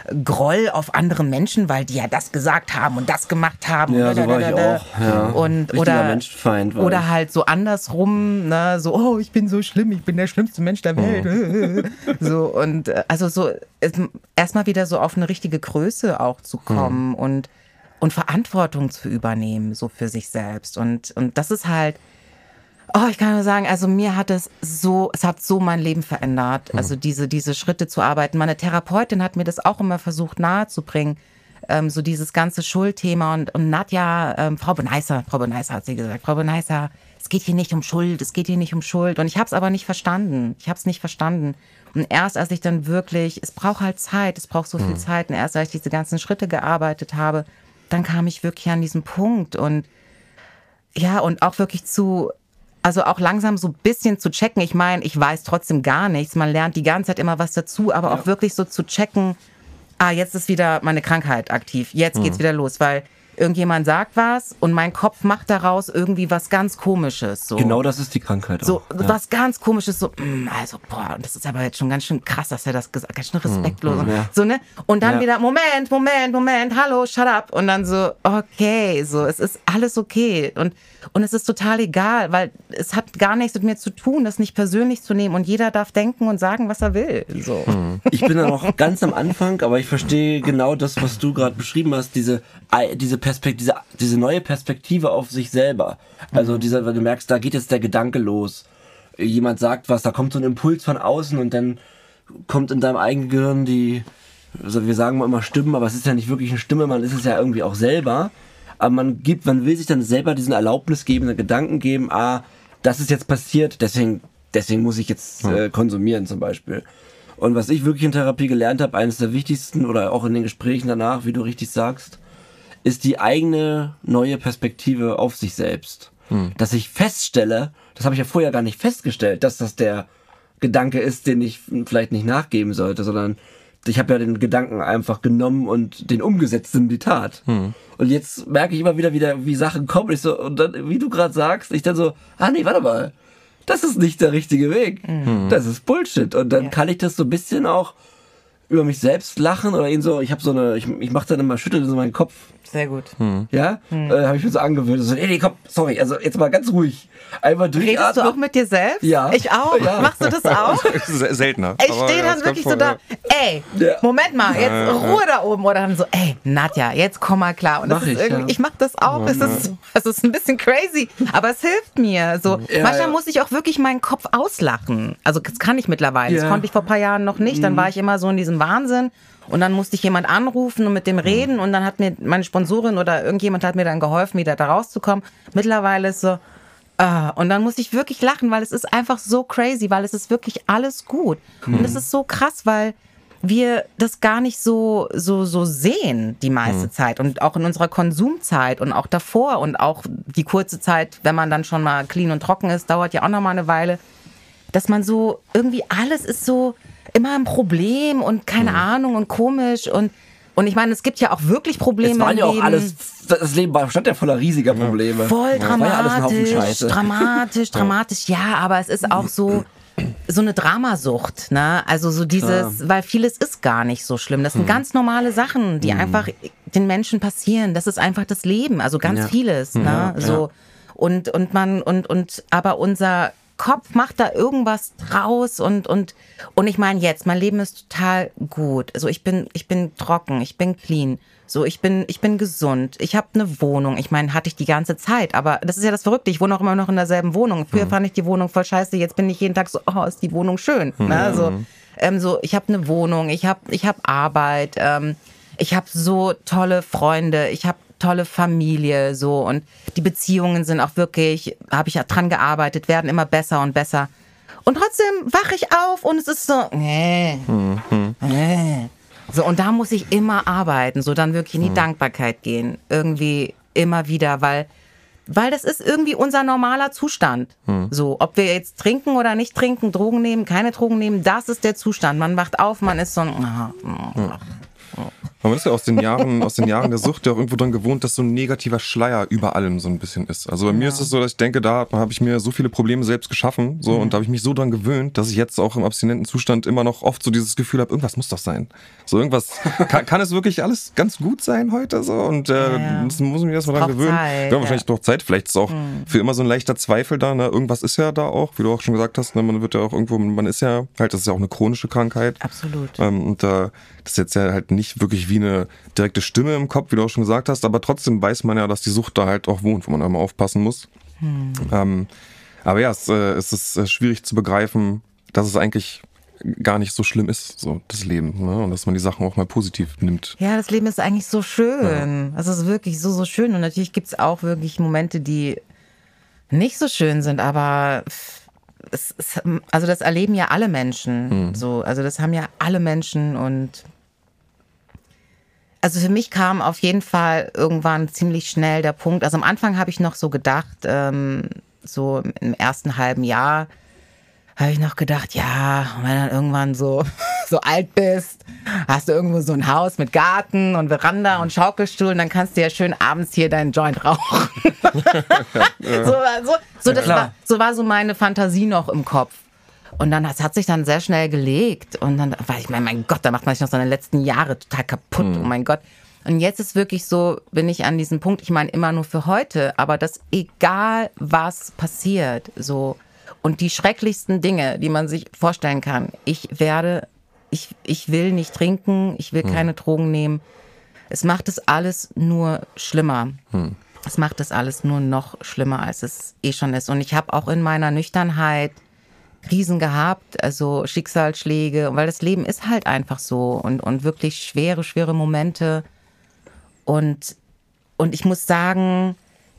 Groll auf andere Menschen, weil die ja das gesagt haben und das gemacht haben. Ja, und so war ich auch. Ja. Und, Richtiger oder, Menschenfeind war oder ich. halt so andersrum, ne? So, oh, ich bin so schlimm, ich bin der schlimmste Mensch der Welt. So, und äh, also so erstmal wieder so auf eine richtige Größe auch zu kommen mhm. und, und Verantwortung zu übernehmen, so für sich selbst. Und, und das ist halt, oh, ich kann nur sagen, also mir hat es so, es hat so mein Leben verändert, also diese, diese Schritte zu arbeiten. Meine Therapeutin hat mir das auch immer versucht nahezubringen, ähm, so dieses ganze Schuldthema und, und Nadja, ähm, Frau Beneisser, Frau Beneisser hat sie gesagt, Frau Beneisser, es geht hier nicht um Schuld, es geht hier nicht um Schuld und ich habe es aber nicht verstanden, ich habe es nicht verstanden und erst als ich dann wirklich, es braucht halt Zeit, es braucht so viel Zeit und erst als ich diese ganzen Schritte gearbeitet habe, dann kam ich wirklich an diesen Punkt und ja, und auch wirklich zu, also auch langsam so ein bisschen zu checken. Ich meine, ich weiß trotzdem gar nichts. Man lernt die ganze Zeit immer was dazu, aber ja. auch wirklich so zu checken, ah, jetzt ist wieder meine Krankheit aktiv. Jetzt mhm. geht's wieder los, weil irgendjemand sagt was und mein Kopf macht daraus irgendwie was ganz Komisches. So. Genau das ist die Krankheit auch. So ja. was ganz Komisches, so, also, boah, das ist aber jetzt schon ganz schön krass, dass er das gesagt hat, ganz schön respektlos. Mhm. Ja. So, ne? Und dann ja. wieder, Moment, Moment, Moment, hallo, shut up. Und dann so, okay, so, es ist alles okay. Und, und es ist total egal, weil es hat gar nichts mit mir zu tun, das nicht persönlich zu nehmen und jeder darf denken und sagen, was er will. So. Mhm. Ich bin da noch ganz am Anfang, aber ich verstehe genau das, was du gerade beschrieben hast, diese, diese Perspektive, diese, diese neue Perspektive auf sich selber. Also dieser, weil du merkst, da geht jetzt der Gedanke los. Jemand sagt was, da kommt so ein Impuls von außen und dann kommt in deinem eigenen Gehirn die, also wir sagen immer Stimmen, aber es ist ja nicht wirklich eine Stimme, man ist es ja irgendwie auch selber. Aber man gibt, man will sich dann selber diesen Erlaubnis geben, einen Gedanken geben, ah, das ist jetzt passiert, deswegen, deswegen muss ich jetzt äh, konsumieren zum Beispiel. Und was ich wirklich in Therapie gelernt habe, eines der wichtigsten oder auch in den Gesprächen danach, wie du richtig sagst, ist die eigene neue Perspektive auf sich selbst. Hm. Dass ich feststelle, das habe ich ja vorher gar nicht festgestellt, dass das der Gedanke ist, den ich vielleicht nicht nachgeben sollte, sondern ich habe ja den Gedanken einfach genommen und den umgesetzt in die Tat. Hm. Und jetzt merke ich immer wieder, wieder wie Sachen kommen. Ich so, und dann, wie du gerade sagst, ich dann so, ah nee, warte mal, das ist nicht der richtige Weg. Hm. Das ist Bullshit. Und dann ja. kann ich das so ein bisschen auch über mich selbst lachen oder ihn so, ich habe so eine, ich, ich mache dann immer, schüttel so meinen Kopf. Sehr gut. Hm. Ja, hm. äh, habe ich mir so angewöhnt. So, nee, nee, komm, sorry, also jetzt mal ganz ruhig. Einmal durchatmen. Redest du auch mit dir selbst? Ja. Ich auch. Ja. Machst du das auch? Seltener. Ich stehe dann wirklich so da, ey, ja. Moment mal, jetzt ja, Ruhe ja. da oben. Oder dann so, ey, Nadja, jetzt komm mal klar. Und das mach ist ich, irgendwie, ja. ich mach das auch. Es ist, es ist ein bisschen crazy, aber es hilft mir. So, ja, manchmal ja. muss ich auch wirklich meinen Kopf auslachen. Also das kann ich mittlerweile. Ja. Das konnte ich vor ein paar Jahren noch nicht. Dann war ich immer so in diesem Wahnsinn. Und dann musste ich jemand anrufen und mit dem reden und dann hat mir meine Sponsorin oder irgendjemand hat mir dann geholfen, wieder da rauszukommen. Mittlerweile ist so, ah, und dann muss ich wirklich lachen, weil es ist einfach so crazy, weil es ist wirklich alles gut. Mhm. Und es ist so krass, weil wir das gar nicht so, so, so sehen die meiste mhm. Zeit und auch in unserer Konsumzeit und auch davor und auch die kurze Zeit, wenn man dann schon mal clean und trocken ist, dauert ja auch noch mal eine Weile, dass man so, irgendwie alles ist so immer ein Problem und keine mhm. Ahnung und komisch und und ich meine, es gibt ja auch wirklich Probleme. Es waren ja auch Leben. alles, das Leben war, stand ja voller riesiger Probleme. Voll ja, dramatisch, ja dramatisch, dramatisch, ja, aber es ist auch so, so eine Dramasucht, ne? Also so dieses, Klar. weil vieles ist gar nicht so schlimm. Das sind hm. ganz normale Sachen, die hm. einfach den Menschen passieren. Das ist einfach das Leben, also ganz ja. vieles, ne? Ja, so ja. und und man und und aber unser Kopf macht da irgendwas draus und und und ich meine jetzt, mein Leben ist total gut. Also ich bin ich bin trocken, ich bin clean. So, ich bin ich bin gesund. Ich habe eine Wohnung. Ich meine, hatte ich die ganze Zeit, aber das ist ja das Verrückte. Ich wohne auch immer noch in derselben Wohnung. Früher mhm. fand ich die Wohnung voll scheiße. Jetzt bin ich jeden Tag so, oh, ist die Wohnung schön. Mhm. Ne? So, ähm, so, ich habe eine Wohnung. Ich habe ich habe Arbeit. Ähm, ich habe so tolle Freunde. Ich habe tolle Familie, so, und die Beziehungen sind auch wirklich, habe ich ja dran gearbeitet, werden immer besser und besser. Und trotzdem wache ich auf und es ist so, äh, mhm. äh. So, und da muss ich immer arbeiten, so dann wirklich in die mhm. Dankbarkeit gehen, irgendwie immer wieder, weil, weil das ist irgendwie unser normaler Zustand. Mhm. So, ob wir jetzt trinken oder nicht trinken, Drogen nehmen, keine Drogen nehmen, das ist der Zustand. Man wacht auf, man ist so, oh, oh, oh. Man ist ja aus den Jahren, aus den Jahren der Sucht ja auch irgendwo dran gewohnt, dass so ein negativer Schleier über allem so ein bisschen ist. Also bei ja. mir ist es so, dass ich denke, da habe ich mir so viele Probleme selbst geschaffen, so, mhm. und da habe ich mich so dran gewöhnt, dass ich jetzt auch im abstinenten Zustand immer noch oft so dieses Gefühl habe, irgendwas muss doch sein. So irgendwas, kann, kann es wirklich alles ganz gut sein heute, so, und äh, ja, ja. das muss ich mir erstmal dran gewöhnen. Zeit, ja, wahrscheinlich ja. noch Zeit, vielleicht ist auch mhm. für immer so ein leichter Zweifel da, ne? Irgendwas ist ja da auch, wie du auch schon gesagt hast, ne? Man wird ja auch irgendwo, man ist ja halt, das ist ja auch eine chronische Krankheit. Absolut. Ähm, und äh, das ist jetzt ja halt nicht wirklich wie eine direkte Stimme im Kopf, wie du auch schon gesagt hast, aber trotzdem weiß man ja, dass die Sucht da halt auch wohnt, wo man immer aufpassen muss. Hm. Ähm, aber ja, es, äh, es ist äh, schwierig zu begreifen, dass es eigentlich gar nicht so schlimm ist, so das Leben, ne? Und dass man die Sachen auch mal positiv nimmt. Ja, das Leben ist eigentlich so schön. Ja. Es ist wirklich so, so schön. Und natürlich gibt es auch wirklich Momente, die nicht so schön sind, aber es, es, also das erleben ja alle Menschen. Hm. So, also das haben ja alle Menschen und also für mich kam auf jeden Fall irgendwann ziemlich schnell der Punkt, also am Anfang habe ich noch so gedacht, ähm, so im ersten halben Jahr habe ich noch gedacht, ja, wenn du dann irgendwann so, so alt bist, hast du irgendwo so ein Haus mit Garten und Veranda und Schaukelstuhl und dann kannst du ja schön abends hier deinen Joint rauchen. ja. so, so, so, das war, so war so meine Fantasie noch im Kopf. Und dann, das hat sich dann sehr schnell gelegt. Und dann war ich, mein, mein Gott, da macht man sich noch seine letzten Jahre total kaputt. Mhm. Oh mein Gott. Und jetzt ist wirklich so, bin ich an diesem Punkt, ich meine immer nur für heute, aber dass egal was passiert, so, und die schrecklichsten Dinge, die man sich vorstellen kann, ich werde, ich, ich will nicht trinken, ich will mhm. keine Drogen nehmen. Es macht es alles nur schlimmer. Mhm. Es macht es alles nur noch schlimmer, als es eh schon ist. Und ich habe auch in meiner Nüchternheit Krisen gehabt, also Schicksalsschläge, weil das Leben ist halt einfach so und, und wirklich schwere, schwere Momente. Und, und ich muss sagen,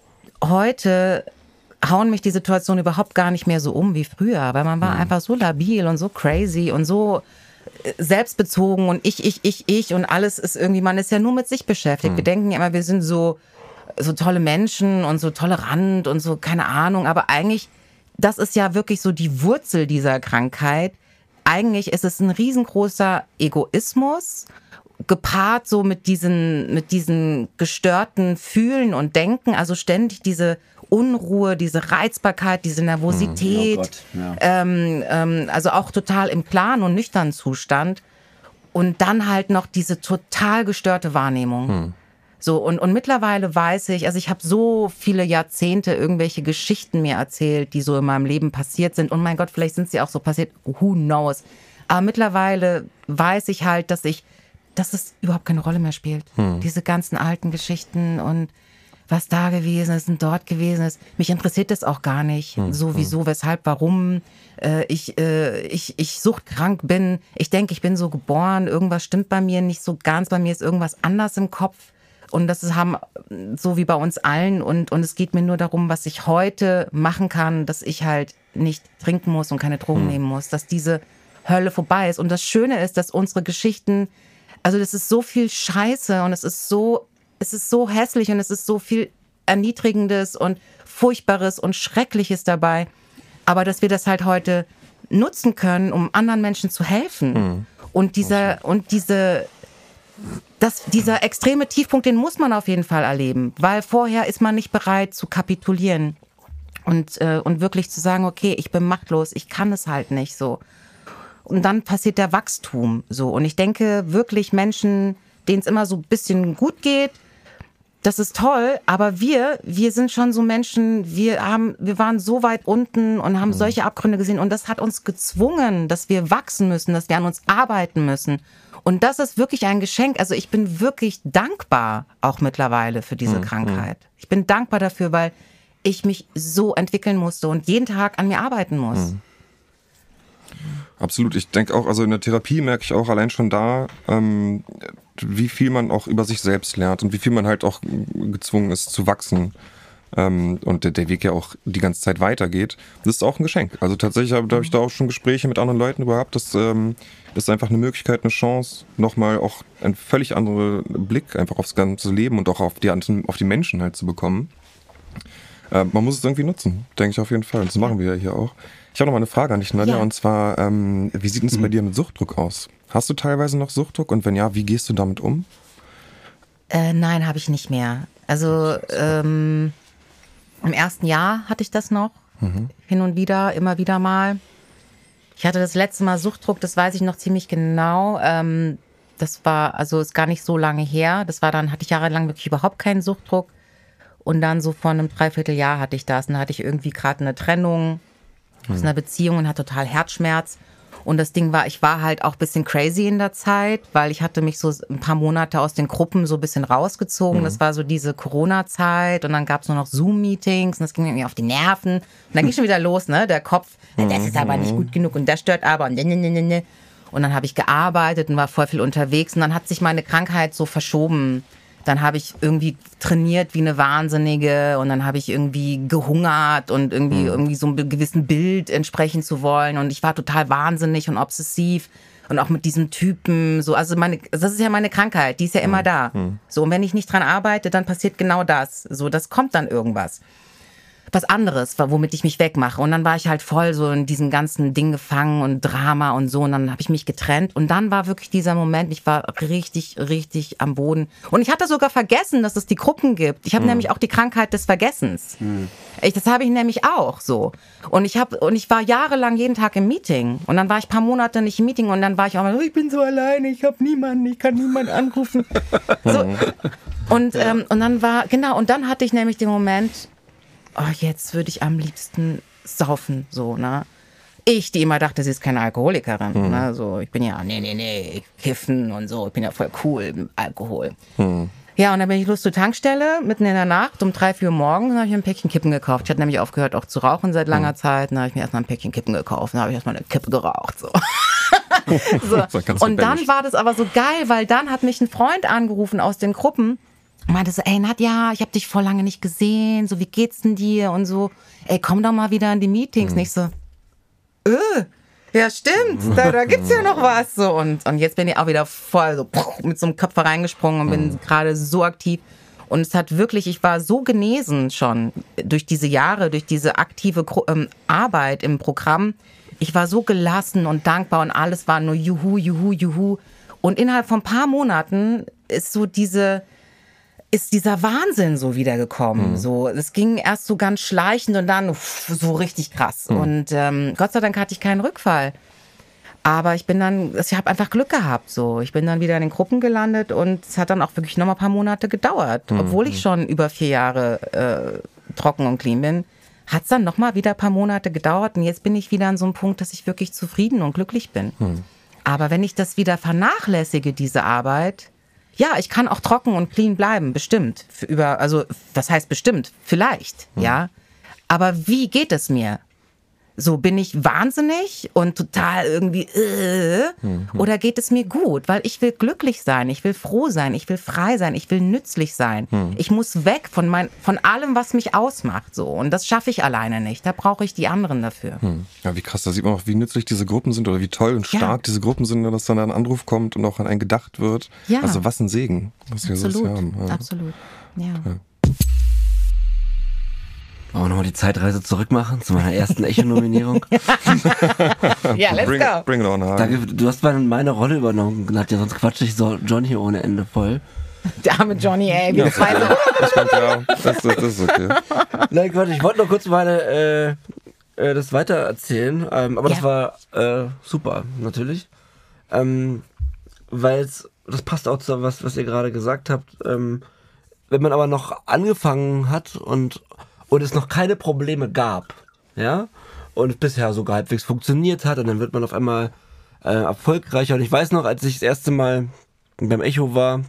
heute hauen mich die Situationen überhaupt gar nicht mehr so um wie früher, weil man war mhm. einfach so labil und so crazy und so selbstbezogen und ich, ich, ich, ich und alles ist irgendwie, man ist ja nur mit sich beschäftigt. Mhm. Wir denken ja immer, wir sind so, so tolle Menschen und so tolerant und so, keine Ahnung, aber eigentlich das ist ja wirklich so die Wurzel dieser Krankheit. Eigentlich ist es ein riesengroßer Egoismus, gepaart so mit diesen, mit diesen gestörten Fühlen und Denken, also ständig diese Unruhe, diese Reizbarkeit, diese Nervosität, oh Gott, ja. ähm, ähm, also auch total im klaren und nüchternen Zustand und dann halt noch diese total gestörte Wahrnehmung. Hm. So, und, und mittlerweile weiß ich, also ich habe so viele Jahrzehnte irgendwelche Geschichten mir erzählt, die so in meinem Leben passiert sind. Und mein Gott, vielleicht sind sie auch so passiert, who knows. Aber mittlerweile weiß ich halt, dass ich, dass es überhaupt keine Rolle mehr spielt. Hm. Diese ganzen alten Geschichten und was da gewesen ist und dort gewesen ist. Mich interessiert das auch gar nicht. Hm. So, wieso, weshalb, warum äh, ich, äh, ich, ich suchtkrank bin. Ich denke, ich bin so geboren, irgendwas stimmt bei mir nicht so ganz. Bei mir ist irgendwas anders im Kopf. Und das ist, haben so wie bei uns allen. Und, und es geht mir nur darum, was ich heute machen kann, dass ich halt nicht trinken muss und keine Drogen hm. nehmen muss. Dass diese Hölle vorbei ist. Und das Schöne ist, dass unsere Geschichten, also das ist so viel Scheiße und es ist so, es ist so hässlich und es ist so viel Erniedrigendes und Furchtbares und Schreckliches dabei. Aber dass wir das halt heute nutzen können, um anderen Menschen zu helfen. Hm. Und dieser, und diese... Das, dieser extreme Tiefpunkt, den muss man auf jeden Fall erleben, weil vorher ist man nicht bereit zu kapitulieren und, äh, und wirklich zu sagen, okay, ich bin machtlos, ich kann es halt nicht so. Und dann passiert der Wachstum so. Und ich denke wirklich Menschen, denen es immer so ein bisschen gut geht, das ist toll, aber wir, wir sind schon so Menschen, wir haben, wir waren so weit unten und haben solche Abgründe gesehen und das hat uns gezwungen, dass wir wachsen müssen, dass wir an uns arbeiten müssen. Und das ist wirklich ein Geschenk. Also ich bin wirklich dankbar auch mittlerweile für diese mhm. Krankheit. Ich bin dankbar dafür, weil ich mich so entwickeln musste und jeden Tag an mir arbeiten muss. Mhm. Absolut. Ich denke auch, also in der Therapie merke ich auch allein schon da, ähm, wie viel man auch über sich selbst lernt und wie viel man halt auch gezwungen ist zu wachsen. Ähm, und der, der Weg ja auch die ganze Zeit weitergeht. Das ist auch ein Geschenk. Also tatsächlich habe, da habe ich da auch schon Gespräche mit anderen Leuten überhaupt. Das, ähm, das ist einfach eine Möglichkeit, eine Chance, nochmal auch einen völlig anderen Blick einfach aufs ganze Leben und auch auf die, auf die Menschen halt zu bekommen. Äh, man muss es irgendwie nutzen, denke ich auf jeden Fall. Und das machen wir ja hier auch. Ich habe noch mal eine Frage an dich, Nadja, ja. Und zwar, ähm, wie sieht es mhm. bei dir mit Suchtdruck aus? Hast du teilweise noch Suchtdruck und wenn ja, wie gehst du damit um? Äh, nein, habe ich nicht mehr. Also ähm, im ersten Jahr hatte ich das noch, mhm. hin und wieder, immer wieder mal. Ich hatte das letzte Mal Suchtdruck, das weiß ich noch ziemlich genau. Ähm, das war, also ist gar nicht so lange her. Das war dann, hatte ich jahrelang wirklich überhaupt keinen Suchtdruck. Und dann so vor einem Dreivierteljahr hatte ich das. Und da hatte ich irgendwie gerade eine Trennung mhm. aus einer Beziehung und hatte total Herzschmerz. Und das Ding war, ich war halt auch ein bisschen crazy in der Zeit, weil ich hatte mich so ein paar Monate aus den Gruppen so ein bisschen rausgezogen. Mhm. Das war so diese Corona-Zeit und dann gab es nur noch Zoom-Meetings und das ging mir auf die Nerven. Und dann ging schon wieder los, ne, der Kopf, mhm. das ist aber nicht gut genug und das stört aber und ne, ne, ne, ne. Und dann habe ich gearbeitet und war voll viel unterwegs und dann hat sich meine Krankheit so verschoben. Dann habe ich irgendwie trainiert wie eine Wahnsinnige und dann habe ich irgendwie gehungert und irgendwie, mhm. irgendwie so einem gewissen Bild entsprechen zu wollen und ich war total wahnsinnig und obsessiv und auch mit diesem Typen, so, also meine, das ist ja meine Krankheit, die ist ja immer mhm. da. Mhm. So, und wenn ich nicht dran arbeite, dann passiert genau das. So, das kommt dann irgendwas. Was anderes, womit ich mich wegmache. Und dann war ich halt voll so in diesem ganzen Ding gefangen und Drama und so. Und dann habe ich mich getrennt. Und dann war wirklich dieser Moment, ich war richtig, richtig am Boden. Und ich hatte sogar vergessen, dass es die Gruppen gibt. Ich habe mhm. nämlich auch die Krankheit des Vergessens. Mhm. Ich, das habe ich nämlich auch so. Und ich habe und ich war jahrelang jeden Tag im Meeting. Und dann war ich ein paar Monate nicht im Meeting. Und dann war ich auch mal, oh, ich bin so alleine, ich habe niemanden, ich kann niemanden anrufen. So. Und, ähm, und dann war, genau, und dann hatte ich nämlich den Moment, oh, jetzt würde ich am liebsten saufen, so, ne? Ich, die immer dachte, sie ist keine Alkoholikerin, mhm. ne? So, ich bin ja, nee, nee, nee, kiffen und so, ich bin ja voll cool mit Alkohol. Mhm. Ja, und dann bin ich los zur Tankstelle, mitten in der Nacht, um drei, vier Uhr morgens, habe ich mir ein Päckchen Kippen gekauft. Ich hatte nämlich aufgehört, auch zu rauchen seit langer mhm. Zeit, dann habe ich mir erstmal ein Päckchen Kippen gekauft, dann habe ich erstmal eine Kippe geraucht, so. so. Und dann war das aber so geil, weil dann hat mich ein Freund angerufen aus den Gruppen, meinte so, ey Nadja, ich habe dich voll lange nicht gesehen, so wie geht's denn dir und so, ey komm doch mal wieder in die Meetings, mhm. nicht so, öh, ja stimmt, da, da gibt's ja noch was, so und, und jetzt bin ich auch wieder voll so mit so einem Köpfer reingesprungen und bin mhm. gerade so aktiv und es hat wirklich, ich war so genesen schon durch diese Jahre, durch diese aktive ähm, Arbeit im Programm, ich war so gelassen und dankbar und alles war nur juhu, juhu, juhu und innerhalb von ein paar Monaten ist so diese ist dieser Wahnsinn so wiedergekommen. Mhm. So, es ging erst so ganz schleichend und dann uff, so richtig krass. Mhm. Und ähm, Gott sei Dank hatte ich keinen Rückfall. Aber ich bin dann, ich habe einfach Glück gehabt. So, ich bin dann wieder in den Gruppen gelandet und es hat dann auch wirklich noch mal ein paar Monate gedauert, mhm. obwohl ich schon über vier Jahre äh, trocken und clean bin. Hat es dann noch mal wieder ein paar Monate gedauert und jetzt bin ich wieder an so einem Punkt, dass ich wirklich zufrieden und glücklich bin. Mhm. Aber wenn ich das wieder vernachlässige, diese Arbeit. Ja, ich kann auch trocken und clean bleiben, bestimmt. Für über, also, was heißt bestimmt? Vielleicht, mhm. ja. Aber wie geht es mir? So, bin ich wahnsinnig und total irgendwie, äh, mhm. oder geht es mir gut? Weil ich will glücklich sein, ich will froh sein, ich will frei sein, ich will nützlich sein. Mhm. Ich muss weg von mein, von allem, was mich ausmacht, so. Und das schaffe ich alleine nicht. Da brauche ich die anderen dafür. Mhm. Ja, wie krass, da sieht man auch, wie nützlich diese Gruppen sind oder wie toll und stark ja. diese Gruppen sind, dass dann ein Anruf kommt und auch an einen gedacht wird. Ja. Also was ein Segen, was wir so haben. Ja. Absolut, ja. ja. Wollen wir nochmal die Zeitreise zurückmachen zu meiner ersten Echo-Nominierung? Ja, let's bring, go. Bring it on, Danke, du hast meine Rolle übernommen, Nadja, sonst quatsche ich so John hier ohne Ende voll. Der arme Johnny, ey, wie ja, zwei so. Das kommt ja, das, das, das ist okay. Nein, Quatsch, ich wollte noch kurz meine, äh, äh, das weiter erzählen, ähm, aber ja. das war äh, super, natürlich. Ähm, weil es, das passt auch zu was, was ihr gerade gesagt habt, ähm, wenn man aber noch angefangen hat und und es noch keine Probleme gab, ja, und es bisher sogar halbwegs funktioniert hat und dann wird man auf einmal äh, erfolgreicher. Und ich weiß noch, als ich das erste Mal beim Echo war,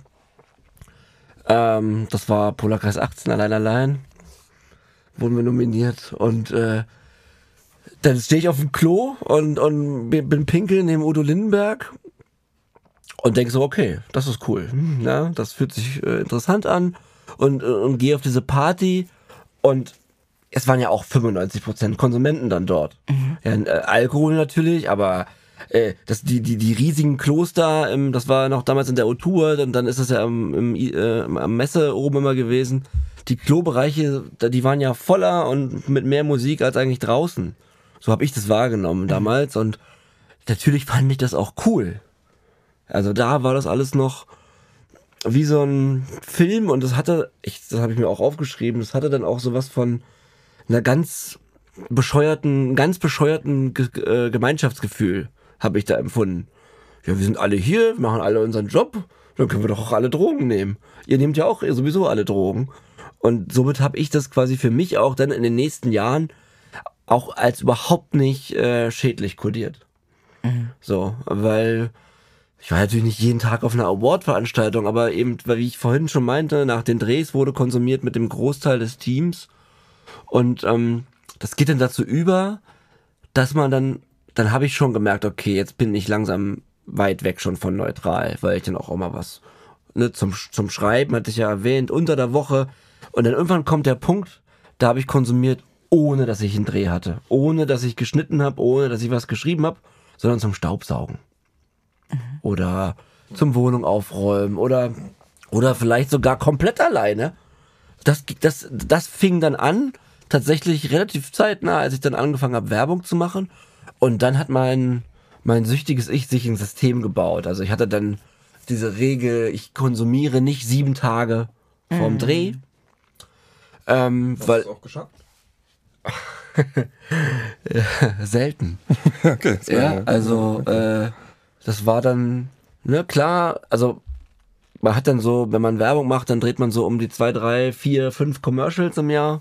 ähm, das war Polarkreis achtzehn, allein allein, wurden wir nominiert und äh, dann stehe ich auf dem Klo und, und bin pinkeln neben Udo Lindenberg und denke so, okay, das ist cool, ja, das fühlt sich äh, interessant an und, und gehe auf diese Party. Und es waren ja auch fünfundneunzig Prozent Konsumenten dann dort. Mhm. Ja, äh, Alkohol natürlich, aber äh, das, die, die, die riesigen Kloster, ähm, das war noch damals in der O-Tour, dann, dann ist das ja am, im, äh, am Messe oben immer gewesen. Die Klobereiche, die waren ja voller und mit mehr Musik als eigentlich draußen. So habe ich das wahrgenommen mhm. damals und natürlich fand ich das auch cool. Also da war das alles noch wie so ein Film und das hatte, ich, das habe ich mir auch aufgeschrieben, das hatte dann auch sowas von einer ganz bescheuerten, ganz bescheuerten Ge- äh, Gemeinschaftsgefühl, habe ich da empfunden. Ja, wir sind alle hier, wir machen alle unseren Job, dann können wir doch auch alle Drogen nehmen. Ihr nehmt ja auch sowieso alle Drogen. Und somit habe ich das quasi für mich auch dann in den nächsten Jahren auch als überhaupt nicht äh, schädlich kodiert. Mhm. So, weil ich war natürlich nicht jeden Tag auf einer Award-Veranstaltung, aber eben, weil wie ich vorhin schon meinte, nach den Drehs wurde konsumiert mit dem Großteil des Teams. Und ähm, das geht dann dazu über, dass man dann, dann habe ich schon gemerkt, okay, jetzt bin ich langsam weit weg schon von neutral, weil ich dann auch immer was, ne, zum, zum Schreiben, hatte ich ja erwähnt, unter der Woche. Und dann irgendwann kommt der Punkt, da habe ich konsumiert, ohne dass ich einen Dreh hatte, ohne dass ich geschnitten habe, ohne dass ich was geschrieben habe, sondern zum Staubsaugen. Mhm. Oder zum Wohnung aufräumen oder, oder vielleicht sogar komplett alleine. Das, das, das fing dann an, tatsächlich relativ zeitnah, als ich dann angefangen habe, Werbung zu machen. Und dann hat mein, mein süchtiges Ich sich ein System gebaut. Also ich hatte dann diese Regel, ich konsumiere nicht sieben Tage vorm mhm. Dreh. Ähm, Hast weil, du es auch geschafft? Selten. Okay. Ja, also äh, das war dann, ne, klar, also man hat dann so, wenn man Werbung macht, dann dreht man so um die zwei, drei, vier, fünf Commercials im Jahr.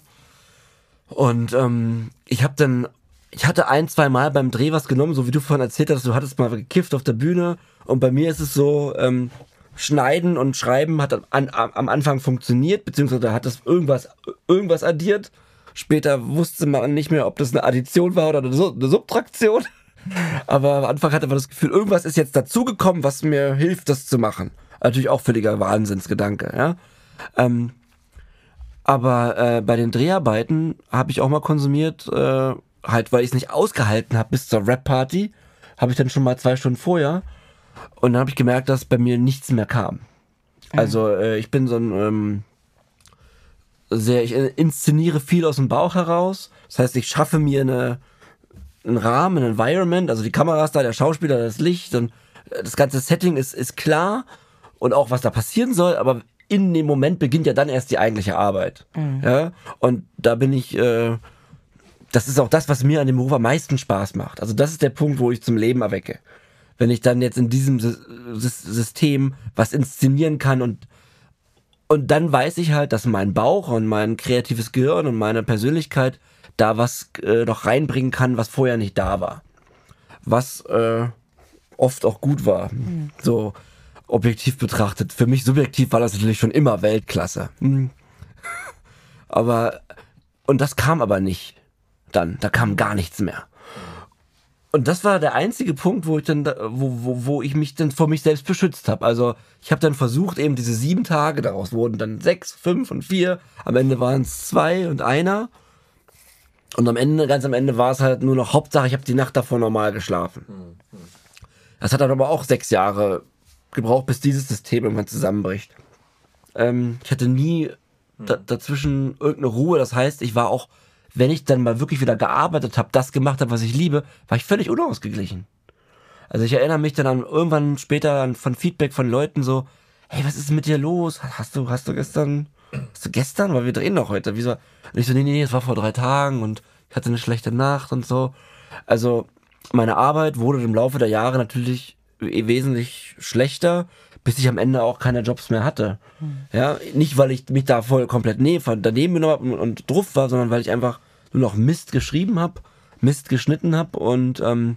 Und ähm, ich habe dann, ich hatte ein, zwei Mal beim Dreh was genommen, so wie du vorhin erzählt hast, du hattest mal gekifft auf der Bühne. Und bei mir ist es so, ähm, Schneiden und Schreiben hat an, am Anfang funktioniert, beziehungsweise hat das irgendwas, irgendwas addiert. Später wusste man nicht mehr, ob das eine Addition war oder eine, Sub- eine Subtraktion. Aber am Anfang hatte man das Gefühl, irgendwas ist jetzt dazugekommen, was mir hilft, das zu machen. Natürlich auch völliger Wahnsinnsgedanke, ja. Ähm, aber äh, bei den Dreharbeiten habe ich auch mal konsumiert, äh, halt weil ich es nicht ausgehalten habe bis zur Rap-Party, habe ich dann schon mal zwei Stunden vorher und dann habe ich gemerkt, dass bei mir nichts mehr kam. Also äh, ich bin so ein ähm, sehr, ich inszeniere viel aus dem Bauch heraus. Das heißt, ich schaffe mir eine, einen Rahmen, ein Environment, also die Kamera ist da, der Schauspieler, das Licht und das ganze Setting ist, ist klar und auch was da passieren soll, aber in dem Moment beginnt ja dann erst die eigentliche Arbeit. Mhm. Ja, und da bin ich, äh, das ist auch das, was mir an dem Beruf am meisten Spaß macht. Also das ist der Punkt, wo ich zum Leben erwecke. Wenn ich dann jetzt in diesem System was inszenieren kann und Und dann weiß ich halt, dass mein Bauch und mein kreatives Gehirn und meine Persönlichkeit da was äh, noch reinbringen kann, was vorher nicht da war. Was äh, oft auch gut war. Mhm. So objektiv betrachtet. Für mich subjektiv war das natürlich schon immer Weltklasse. Mhm. Aber, und das kam aber nicht dann. Da kam gar nichts mehr. Und das war der einzige Punkt, wo ich dann, wo, wo, wo ich mich dann vor mich selbst beschützt habe. Also ich habe dann versucht, eben diese sieben Tage, daraus wurden dann sechs, fünf und vier. Am Ende waren es zwei und einer. Und am Ende, ganz am Ende war es halt nur noch Hauptsache, ich habe die Nacht davor normal geschlafen. Das hat dann aber auch sechs Jahre gebraucht, bis dieses System irgendwann zusammenbricht. Ähm, ich hatte nie da, dazwischen irgendeine Ruhe. Das heißt, ich war auch, wenn ich dann mal wirklich wieder gearbeitet habe, das gemacht habe, was ich liebe, war ich völlig unausgeglichen. Also ich erinnere mich dann an irgendwann später an, von Feedback von Leuten so, hey, was ist mit dir los? Hast du, hast du gestern, hast du gestern? Weil wir drehen noch heute. Wieso? Und ich so, nee, nee, es war vor drei Tagen und ich hatte eine schlechte Nacht und so. Also meine Arbeit wurde im Laufe der Jahre natürlich wesentlich schlechter, bis ich am Ende auch keine Jobs mehr hatte. Hm. Ja, nicht, weil ich mich da voll komplett nee, daneben genommen habe und, und drauf war, sondern weil ich einfach nur noch Mist geschrieben habe, Mist geschnitten habe und ähm,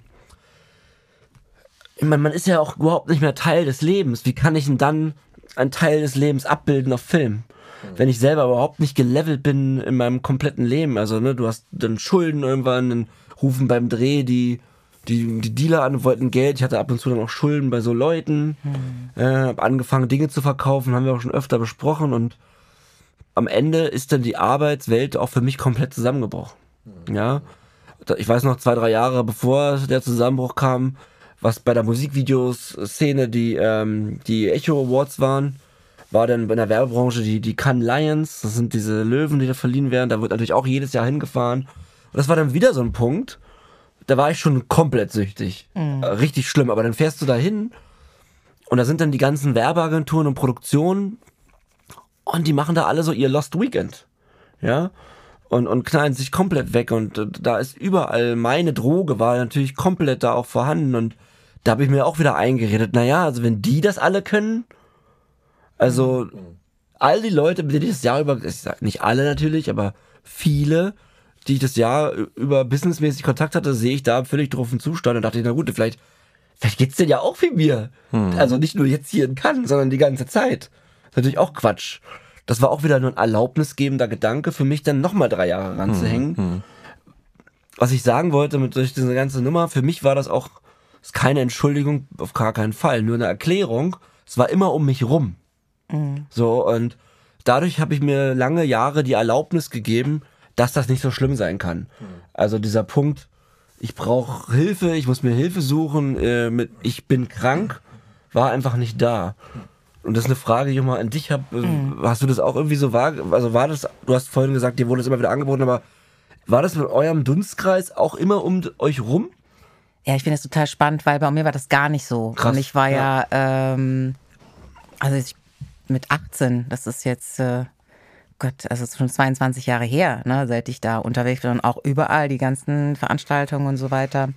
ich meine, man ist ja auch überhaupt nicht mehr Teil des Lebens. Wie kann ich denn dann einen Teil des Lebens abbilden auf Film? Hm. Wenn ich selber überhaupt nicht gelevelt bin in meinem kompletten Leben. Also, ne, du hast dann Schulden irgendwann, dann rufen beim Dreh die Die, die Dealer an, wollten Geld. Ich hatte ab und zu dann auch Schulden bei so Leuten. Hm. Äh, hab angefangen, Dinge zu verkaufen, haben wir auch schon öfter besprochen. Und am Ende ist dann die Arbeitswelt auch für mich komplett zusammengebrochen. Hm. Ja, ich weiß noch, zwei, drei Jahre bevor der Zusammenbruch kam, was bei der Musikvideos-Szene die, ähm, die Echo Awards waren, war dann in der Werbebranche die, die Cannes Lions. Das sind diese Löwen, die da verliehen werden. Da wird natürlich auch jedes Jahr hingefahren. Und das war dann wieder so ein Punkt, da war ich schon komplett süchtig. Mhm. Richtig schlimm. Aber dann fährst du da hin Und da sind dann die ganzen Werbeagenturen und Produktionen und die machen da alle so ihr Lost Weekend. Ja. Und, und knallen sich komplett weg. Und äh, da ist überall, meine Droge war natürlich komplett da auch vorhanden. Und da habe ich mir auch wieder eingeredet, naja, also wenn die das alle können, also all die Leute, mit denen ich das Jahr über, ich sag nicht alle natürlich, aber viele, die ich das Jahr über businessmäßig Kontakt hatte, sehe ich da völlig drauf im Zustand und dachte ich, na gut, vielleicht, vielleicht geht's denn ja auch wie mir. Hm. Also nicht nur jetzt hier in Cannes, sondern die ganze Zeit. Das ist natürlich auch Quatsch. Das war auch wieder nur ein erlaubnisgebender Gedanke für mich, dann nochmal drei Jahre ranzuhängen. Hm. Was ich sagen wollte mit durch diese ganze Nummer, für mich war das auch, ist keine Entschuldigung, auf gar keinen Fall, nur eine Erklärung. Es war immer um mich rum. Mhm. So, und dadurch habe ich mir lange Jahre die Erlaubnis gegeben, dass das nicht so schlimm sein kann. Mhm. Also dieser Punkt, ich brauche Hilfe, ich muss mir Hilfe suchen, äh, mit ich bin krank, war einfach nicht da. Und das ist eine Frage, die ich mal an dich habe. Mhm. Hast du das auch irgendwie so wahr? Also war das, du hast vorhin gesagt, dir wurde es immer wieder angeboten, aber war das mit eurem Dunstkreis auch immer um euch rum? Ja, ich finde das total spannend, weil bei mir war das gar nicht so. Krass. Und ich war ja, ja ähm, also ich, mit achtzehn, das ist jetzt, äh, Gott, also es ist schon zweiundzwanzig Jahre her, ne, seit ich da unterwegs bin und auch überall die ganzen Veranstaltungen und so weiter.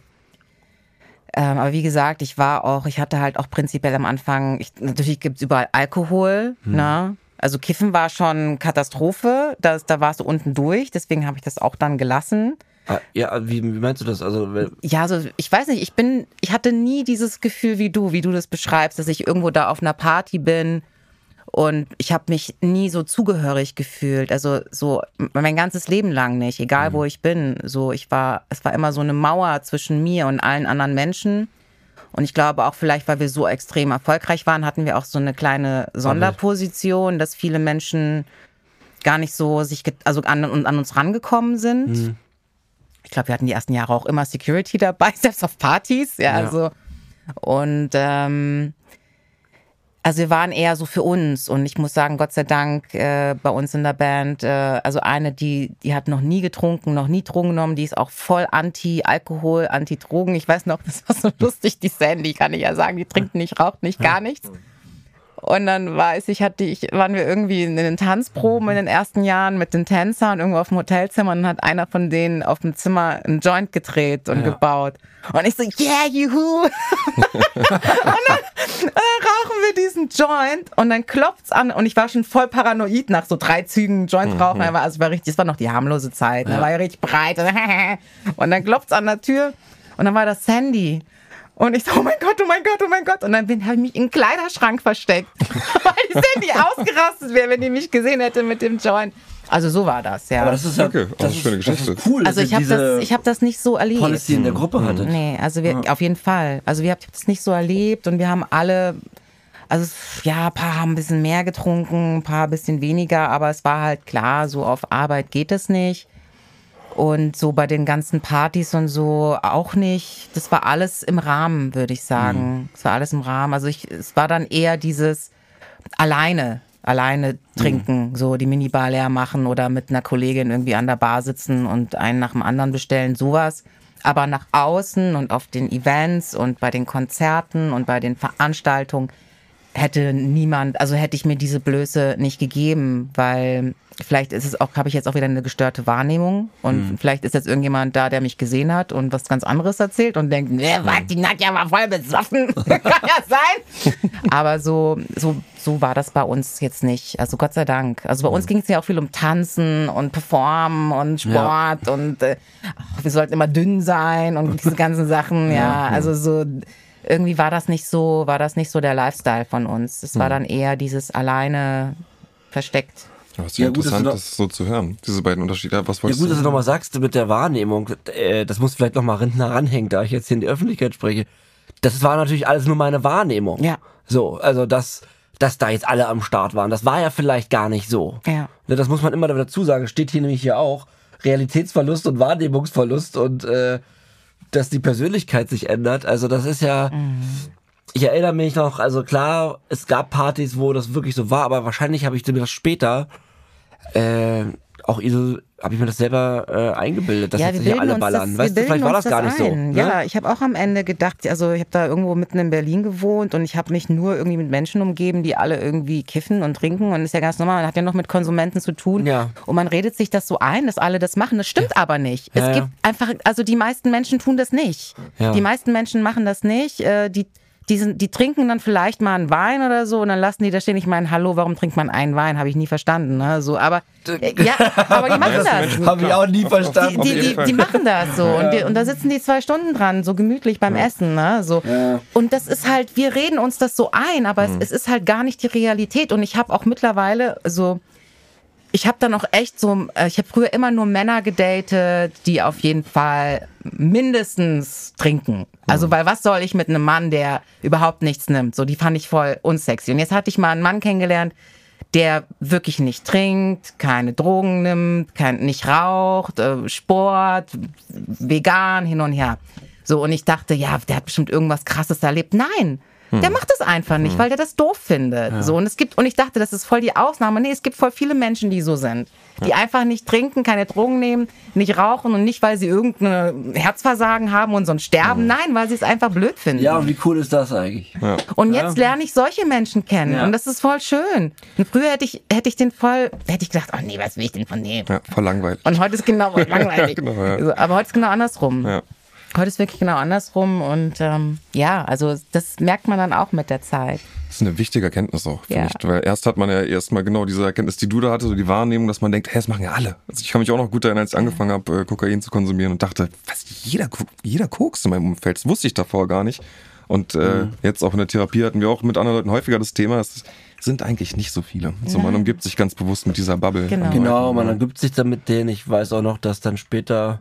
Ähm, aber wie gesagt, ich war auch, ich hatte halt auch prinzipiell am Anfang, ich, natürlich gibt's überall Alkohol, hm. ne? Also Kiffen war schon Katastrophe, das, da warst du unten durch, deswegen habe ich das auch dann gelassen. Ah, ja, wie, wie meinst du das? Also ja, also ich weiß nicht, ich bin, ich hatte nie dieses Gefühl wie du, wie du das beschreibst, dass ich irgendwo da auf einer Party bin und ich habe mich nie so zugehörig gefühlt. Also so mein ganzes Leben lang nicht, egal mhm. wo ich bin. So ich war, es war immer so eine Mauer zwischen mir und allen anderen Menschen. Und ich glaube auch vielleicht, weil wir so extrem erfolgreich waren, hatten wir auch so eine kleine Sonderposition, dass viele Menschen gar nicht so sich, also an, an uns rangekommen sind. Mhm. Ich glaube, wir hatten die ersten Jahre auch immer Security dabei, selbst auf Partys. Ja, ja. Also und ähm, also wir waren eher so für uns und ich muss sagen, Gott sei Dank äh, bei uns in der Band, äh, also eine, die die hat noch nie getrunken, noch nie Drogen genommen, die ist auch voll anti-Alkohol, anti-Drogen. Ich weiß noch, das war so lustig, die Sandy, kann ich ja sagen, die trinkt nicht, raucht nicht, gar nichts. Und dann weiß ich, hatte ich, waren wir irgendwie in den Tanzproben in den ersten Jahren mit den Tänzern irgendwo auf dem Hotelzimmer und dann hat einer von denen auf dem Zimmer einen Joint gedreht und ja. gebaut. Und ich so, yeah, juhu! und, dann, und dann rauchen wir diesen Joint und dann klopft's an und ich war schon voll paranoid nach so drei Zügen Joint rauchen. Mhm. Also war richtig, es war noch die harmlose Zeit, ja. Da war ja richtig breit. Und dann klopft's an der Tür und dann war das Sandy. Und ich so, oh mein Gott, oh mein Gott, oh mein Gott. Und dann habe ich mich in den Kleiderschrank versteckt. Weil die Sandy ausgerastet wäre, wenn die mich gesehen hätte mit dem Joint. Also so war das, ja. Aber das ist ja okay. das ist, schöne Geschichte. Das ist cool. Also ich habe das, ich hab das nicht so erlebt. Policy in der Gruppe hatte. Nee, also wir, ja. auf jeden Fall. Also wir haben das nicht so erlebt und wir haben alle, also ja, ein paar haben ein bisschen mehr getrunken, ein paar ein bisschen weniger, aber es war halt klar, so auf Arbeit geht es nicht. Und so bei den ganzen Partys und so auch nicht. Das war alles im Rahmen, würde ich sagen. Es mhm. war alles im Rahmen. Also ich, es war dann eher dieses alleine, alleine trinken, mhm. so die Minibar leer machen oder mit einer Kollegin irgendwie an der Bar sitzen und einen nach dem anderen bestellen, sowas. Aber nach außen und auf den Events und bei den Konzerten und bei den Veranstaltungen hätte niemand, also hätte ich mir diese Blöße nicht gegeben, weil vielleicht ist es auch, habe ich jetzt auch wieder eine gestörte Wahrnehmung und mhm. vielleicht ist jetzt irgendjemand da, der mich gesehen hat und was ganz anderes erzählt und denkt, ne, was, die Nadja war voll besoffen, kann ja sein. Aber so, so, so war das bei uns jetzt nicht, also Gott sei Dank. Also bei uns mhm. ging es ja auch viel um Tanzen und Performen und Sport ja. und äh, wir sollten immer dünn sein und diese ganzen Sachen, ja, ja. also so irgendwie war das nicht so, war das nicht so der Lifestyle von uns. Es war mhm. dann eher dieses alleine versteckt. Ja, ist ja, ja interessant, gut, das so zu hören, diese beiden Unterschiede. Was ja gut, du dass du nochmal sagst mit der Wahrnehmung, das muss vielleicht nochmal hinten ranhängen, da ich jetzt hier in die Öffentlichkeit spreche. Das war natürlich alles nur meine Wahrnehmung. Ja. So, also dass, dass da jetzt alle am Start waren, das war ja vielleicht gar nicht so. Ja. Das muss man immer dazu sagen, steht hier nämlich hier auch, Realitätsverlust und Wahrnehmungsverlust und äh, dass die Persönlichkeit sich ändert. Also das ist ja, mhm. ich erinnere mich noch, also klar, es gab Partys, wo das wirklich so war, aber wahrscheinlich habe ich das später äh, auch so, habe ich mir das selber äh, eingebildet, dass ja, jetzt wir hier alle uns ballern. Das, weißt du, vielleicht war das gar nicht ein. so. Ne? Ja, ich habe auch am Ende gedacht, also ich habe da irgendwo mitten in Berlin gewohnt und ich habe mich nur irgendwie mit Menschen umgeben, die alle irgendwie kiffen und trinken und das ist ja ganz normal, man hat ja noch mit Konsumenten zu tun Ja. und man redet sich das so ein, dass alle das machen. Das stimmt ja. aber nicht. Ja, es gibt ja. einfach, also die meisten Menschen tun das nicht. Ja. Die meisten Menschen machen das nicht. Äh, die Die, sind, die trinken dann vielleicht mal einen Wein oder so und dann lassen die da stehen. Ich meine, hallo, warum trinkt man einen Wein? Habe ich nie verstanden. Ne? So, aber, äh, ja, aber die machen das. Habe ich auch nie verstanden. Die, die, die, die machen das so. Und, die, und da sitzen die zwei Stunden dran, so gemütlich beim ja. Essen. Ne? So. Ja. Und das ist halt, wir reden uns das so ein, aber mhm. es, es ist halt gar nicht die Realität. Und ich habe auch mittlerweile so... Ich habe dann auch echt so, ich habe früher immer nur Männer gedatet, die auf jeden Fall mindestens trinken. Also, weil was soll ich mit einem Mann, der überhaupt nichts nimmt? So, die fand ich voll unsexy. Und jetzt hatte ich mal einen Mann kennengelernt, der wirklich nicht trinkt, keine Drogen nimmt, kein, nicht raucht, äh, Sport, vegan, hin und her. So, und ich dachte, ja, der hat bestimmt irgendwas Krasses erlebt. Nein. Hm. Der macht das einfach nicht, hm. weil der das doof findet. Ja. So, und es gibt, und ich dachte, das ist voll die Ausnahme. Nee, es gibt voll viele Menschen, die so sind. Die ja. einfach nicht trinken, keine Drogen nehmen, nicht rauchen und nicht, weil sie irgendein Herzversagen haben und sonst sterben. Ja. Nein, weil sie es einfach blöd finden. Ja, und wie cool ist das eigentlich? Ja. Und jetzt ja. lerne ich solche Menschen kennen. Ja. Und das ist voll schön. Und früher hätte ich, hätte ich den voll, hätte ich gedacht, oh nee, was will ich denn von dem? Ja, voll langweilig. Und heute ist genau langweilig. ja, genau, ja. also, aber heute ist genau andersrum. Ja. Heute ist wirklich genau andersrum und ähm, ja, also das merkt man dann auch mit der Zeit. Das ist eine wichtige Erkenntnis auch, finde ja. ich. Weil erst hat man ja erstmal genau diese Erkenntnis, die du da hattest, so die Wahrnehmung, dass man denkt, hey, das machen ja alle. Also ich kann mich auch noch gut erinnern, als ich angefangen habe, Kokain zu konsumieren und dachte, was, jeder, jeder kokst in meinem Umfeld, das wusste ich davor gar nicht. Und äh, mhm. jetzt auch in der Therapie hatten wir auch mit anderen Leuten häufiger das Thema, es sind eigentlich nicht so viele. So, man umgibt sich ganz bewusst mit dieser Bubble. Genau, genau man umgibt sich dann mit denen. Ich weiß auch noch, dass dann später...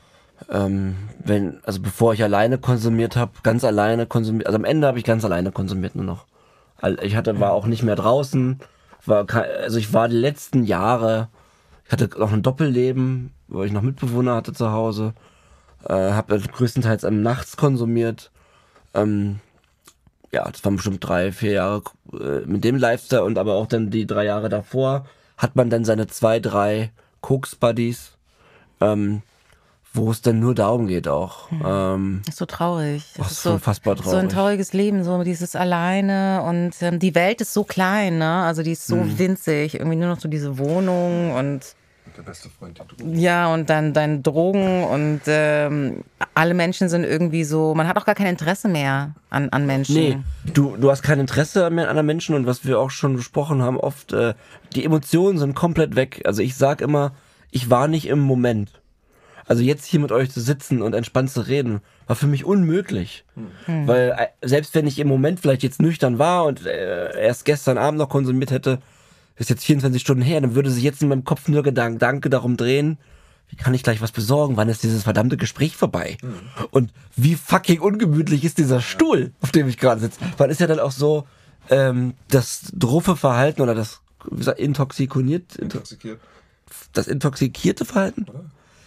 Ähm, wenn, also bevor ich alleine konsumiert habe, ganz alleine konsumiert, also am Ende habe ich ganz alleine konsumiert nur noch. Ich hatte, war auch nicht mehr draußen, war, also ich war die letzten Jahre, ich hatte noch ein Doppelleben, wo ich noch Mitbewohner hatte zu Hause, äh, habe größtenteils am Nachts konsumiert, ähm, ja, das waren bestimmt drei, vier Jahre äh, mit dem Lifestyle und aber auch dann die drei Jahre davor hat man dann seine zwei, drei Koks-Buddies, ähm, wo es dann nur darum geht auch. Hm. Ähm, das ist so traurig. Das ist ist so so unfassbar traurig. So ein trauriges Leben, so dieses Alleine und ähm, die Welt ist so klein, ne? Also die ist so hm. winzig. Irgendwie nur noch so diese Wohnung und der beste Freund, den du ja, und dann deine Drogen und ähm, alle Menschen sind irgendwie so, man hat auch gar kein Interesse mehr an, an Menschen. Nee, du, du hast kein Interesse mehr an anderen Menschen und was wir auch schon besprochen haben, oft, äh, die Emotionen sind komplett weg. Also ich sag immer, ich war nicht im Moment. Also jetzt hier mit euch zu sitzen und entspannt zu reden, war für mich unmöglich. Hm. Weil äh, selbst wenn ich im Moment vielleicht jetzt nüchtern war und äh, erst gestern Abend noch konsumiert hätte, ist jetzt vierundzwanzig Stunden her, dann würde sich jetzt in meinem Kopf nur Gedanken, Gedanke darum drehen, wie kann ich gleich was besorgen, wann ist dieses verdammte Gespräch vorbei? Hm. Und wie fucking ungemütlich ist dieser Stuhl, auf dem ich gerade sitze? Weil ist ja dann auch so, ähm, das druffe Verhalten oder das wie gesagt, intoxikoniert, Intoxikiert. das intoxikierte Verhalten? Oder?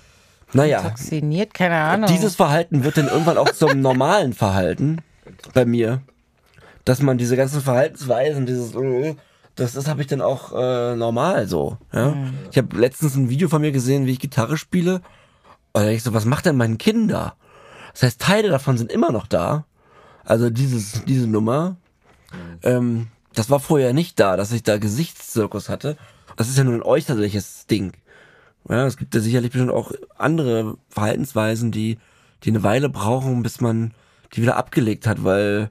Naja, Intoxiniert, keine Ahnung. Dieses Verhalten wird dann irgendwann auch zum normalen Verhalten bei mir, dass man diese ganzen Verhaltensweisen, dieses, das, das habe ich dann auch äh, normal so. Ja? Mhm. Ich habe letztens ein Video von mir gesehen, wie ich Gitarre spiele. Und da denke ich so, was macht denn mein Kind da? Das heißt, Teile davon sind immer noch da. Also dieses, diese Nummer. Mhm. Ähm, das war vorher nicht da, dass ich da Gesichtszirkus hatte. Das ist ja nur ein äußerliches Ding. Ja, es gibt ja sicherlich bestimmt auch andere Verhaltensweisen, die, die eine Weile brauchen, bis man die wieder abgelegt hat, weil